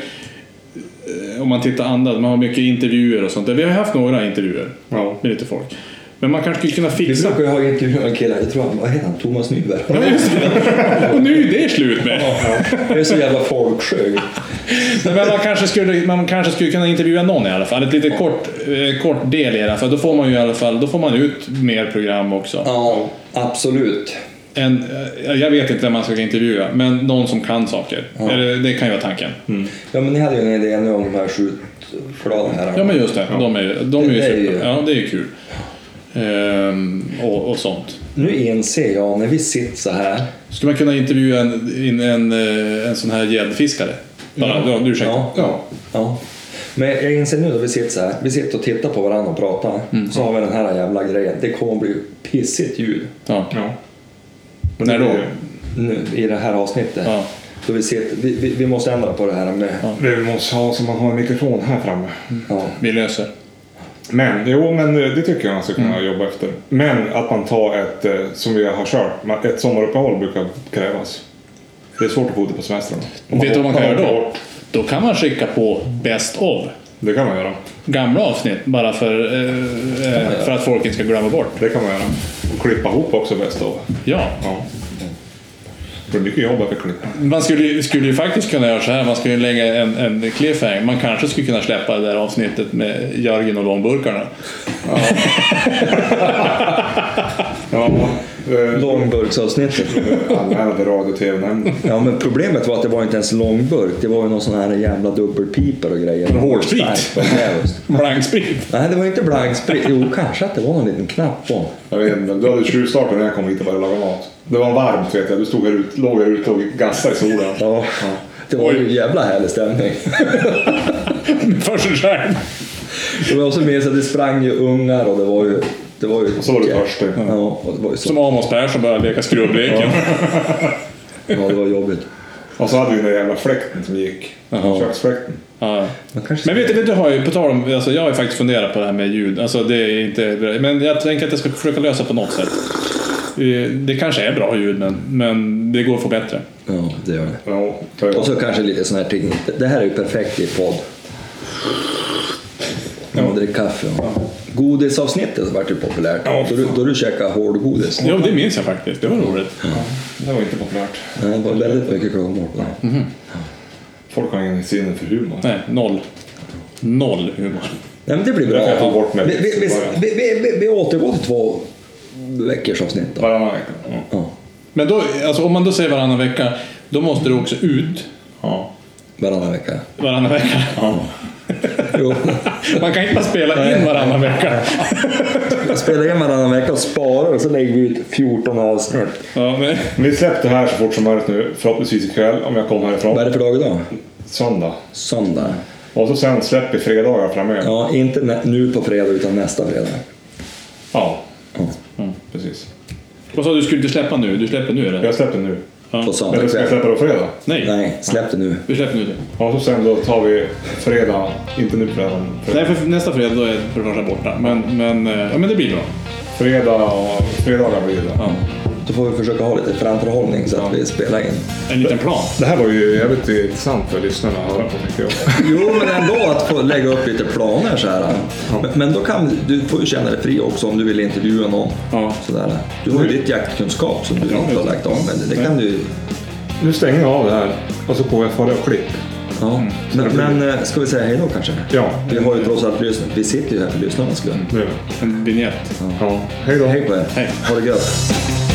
eh, Om man tittar andra, man har mycket intervjuer och sånt där. Vi har haft några intervjuer Ja. med lite folk. Men man kanske skulle kunna Vi fixa... brukar ju ha intervjuat en kille, jag tror han, vad heter han? Thomas Nyberg. Ja, just det. Och nu är det slut med. Ja, det är så jävla folksjö. Men man kanske, skulle, man kanske skulle kunna intervjua någon i alla fall. Ett lite kort, eh, kort del i alla fall. Då får man ju i alla fall, då får man ut mer program också. Ja, absolut. En, jag vet inte vem man ska intervjua, men någon som kan saker. Ja. Eller, det kan ju vara tanken. Mm. Ja, men ni hade ju en idé nu om de här skjutfladen här. Ja, men just det. De är, de är det, ju det är super. ju... Ja, det är ju kul. Ehm, och, och sånt. Nu inser jag, när vi sitter så här... Skulle man kunna intervjua en, en, en, en sån här gäddfiskare? Bara, ja. Du ursäkta. Ja, ja, ja. Men jag inser nu då vi sitter så här, vi sitter och tittar på varandra och pratar. Mm. Så har vi den här jävla grejen. Det kommer att bli pissigt ljud. Ja. Ja. När då? Nu, i det här avsnittet. Ja. Då vi, sitter, vi, vi, vi måste ändra på det här med... Ja. Vi måste ha så man har en mikrofon här framme. Mm. Ja. Vi löser. Men, jo, men det tycker jag man ska kunna mm. jobba efter. Men att man tar ett, som vi har kört, ett sommaruppehåll brukar krävas. Det är svårt att få det på semestrarna. Vet du vad man kan göra då? Då kan man skicka på best of. Det kan man göra. Gamla avsnitt, bara för, eh, för att folk inte ska glömma bort. Det kan man göra. Och klippa ihop också best of. Ja. Ja. Det är mycket jobb för klippa. Man skulle, skulle ju faktiskt kunna göra så här. Man skulle lägga en, en cliffhanger. Man kanske skulle kunna släppa det där avsnittet med Jörgen och långburkarna. Ja. Ja. Långburksavsnittet. Anmälde radio- och tv-nämnden. Ja, men problemet var att det var inte ens långburk. Det var ju någon sån här jävla dubbelpiper och grejer. Hårdsprit. Blanksprit. Nej, det var inte blanksprit. Jo, kanske att det var någon liten knapp på. Jag vet inte, du hade tjuvstartat när jag kom hit och började laga mat. Det var varmt, vet jag. Du stod här ut, låg här ute och gassade i solen. Ja, ja. Det var ju en jävla härlig stämning. För sig själv. Det var också med så att det sprang ju ungar och det var ju... Det var ju och så var det törstig. Ja, och det var ju så. Som Amos Persson började leka skrubbleken. Ja. Ja, det var jobbigt. Och så hade vi den där jävla fläkten som gick. Köksfläkten. Ja. Men vet du, vet du har ju på tal om, alltså jag har ju faktiskt funderat på det här med ljud. Alltså det är inte, men jag tänker att jag ska försöka lösa på något sätt. Det kanske är bra ljud, men, men det går att få bättre. Ja, det gör det. Ja, det och så kanske lite sån här teknik. Det här är ju perfekt i podd. Ja, det är kaffe. Ja. Godisavsnittet har varit ju populärt. Ja, då, du, då du käkade hårdgodis. Ja, det minns jag faktiskt. Det var roligt. Ja. Det var inte populärt. Nej, det var väldigt mycket klagomål på det. Mm-hmm. Folk har ingen sinne för humor. Nej, noll. Noll humor. Nej, men det blir bra. Det kan bort med vi, vi, vi, vi, vi, vi återgår till två veckors avsnitt. Då. Varannan vecka. Ja. Ja. Men då, alltså, om man då säger varannan vecka, då måste du också ut. Ja. Varannan vecka. Varannan vecka. Ja. Jo. Man kan inte bara spela in varannan vecka. Spela in varannan vecka och spara och så lägger vi ut fjorton avsnitt. Ja, men... Vi släppte här så fort som möjligt nu. Förhoppningsvis ikväll om jag kommer härifrån. Vad är det för dag idag? Söndag. Söndag. Och så sen släpper vi fredagar framöver. Ja, inte nä- nu på fredag utan nästa fredag. Ja, ja. Mm, precis. Vad sa du, skulle inte släppa nu? Du släpper nu eller? Jag släpper nu. Ja. På söndag. Eller ska jag släppa på fredag? Nej. Nej, släpp det nu. Vi släpper nu det. Ja, så sen då tar vi fredag, inte nu fredag. fredag. Nej, för nästa fredag då är det för första borta. Men, men, ja, men det blir bra. Fredag och fredagar blir det. Ja. Då får vi försöka ha lite framförhållning så att ja. vi spelar in. En liten plan. Det här var ju jävligt intressant för lyssnarna att höra på, tycker jag. Jo, men ändå att få lägga upp lite planer så här. Ja. Men, men då kan du får ju känna dig fri också om du vill intervjua någon. Ja. Sådär. Du har ju ditt jaktkunskap som du inte har lagt av, men det, det kan du. Nu stänger jag av det här och så får jag fara och klipp. Ja. Mm. Men, men ska vi säga hej då kanske? Ja. Vi har ju trots allt lyssnat. Vi sitter ju här för lyssnarnas skull. Mm. En vignett. Ja. Ja. Hej då. Hej på er. Hej. Ha det gött.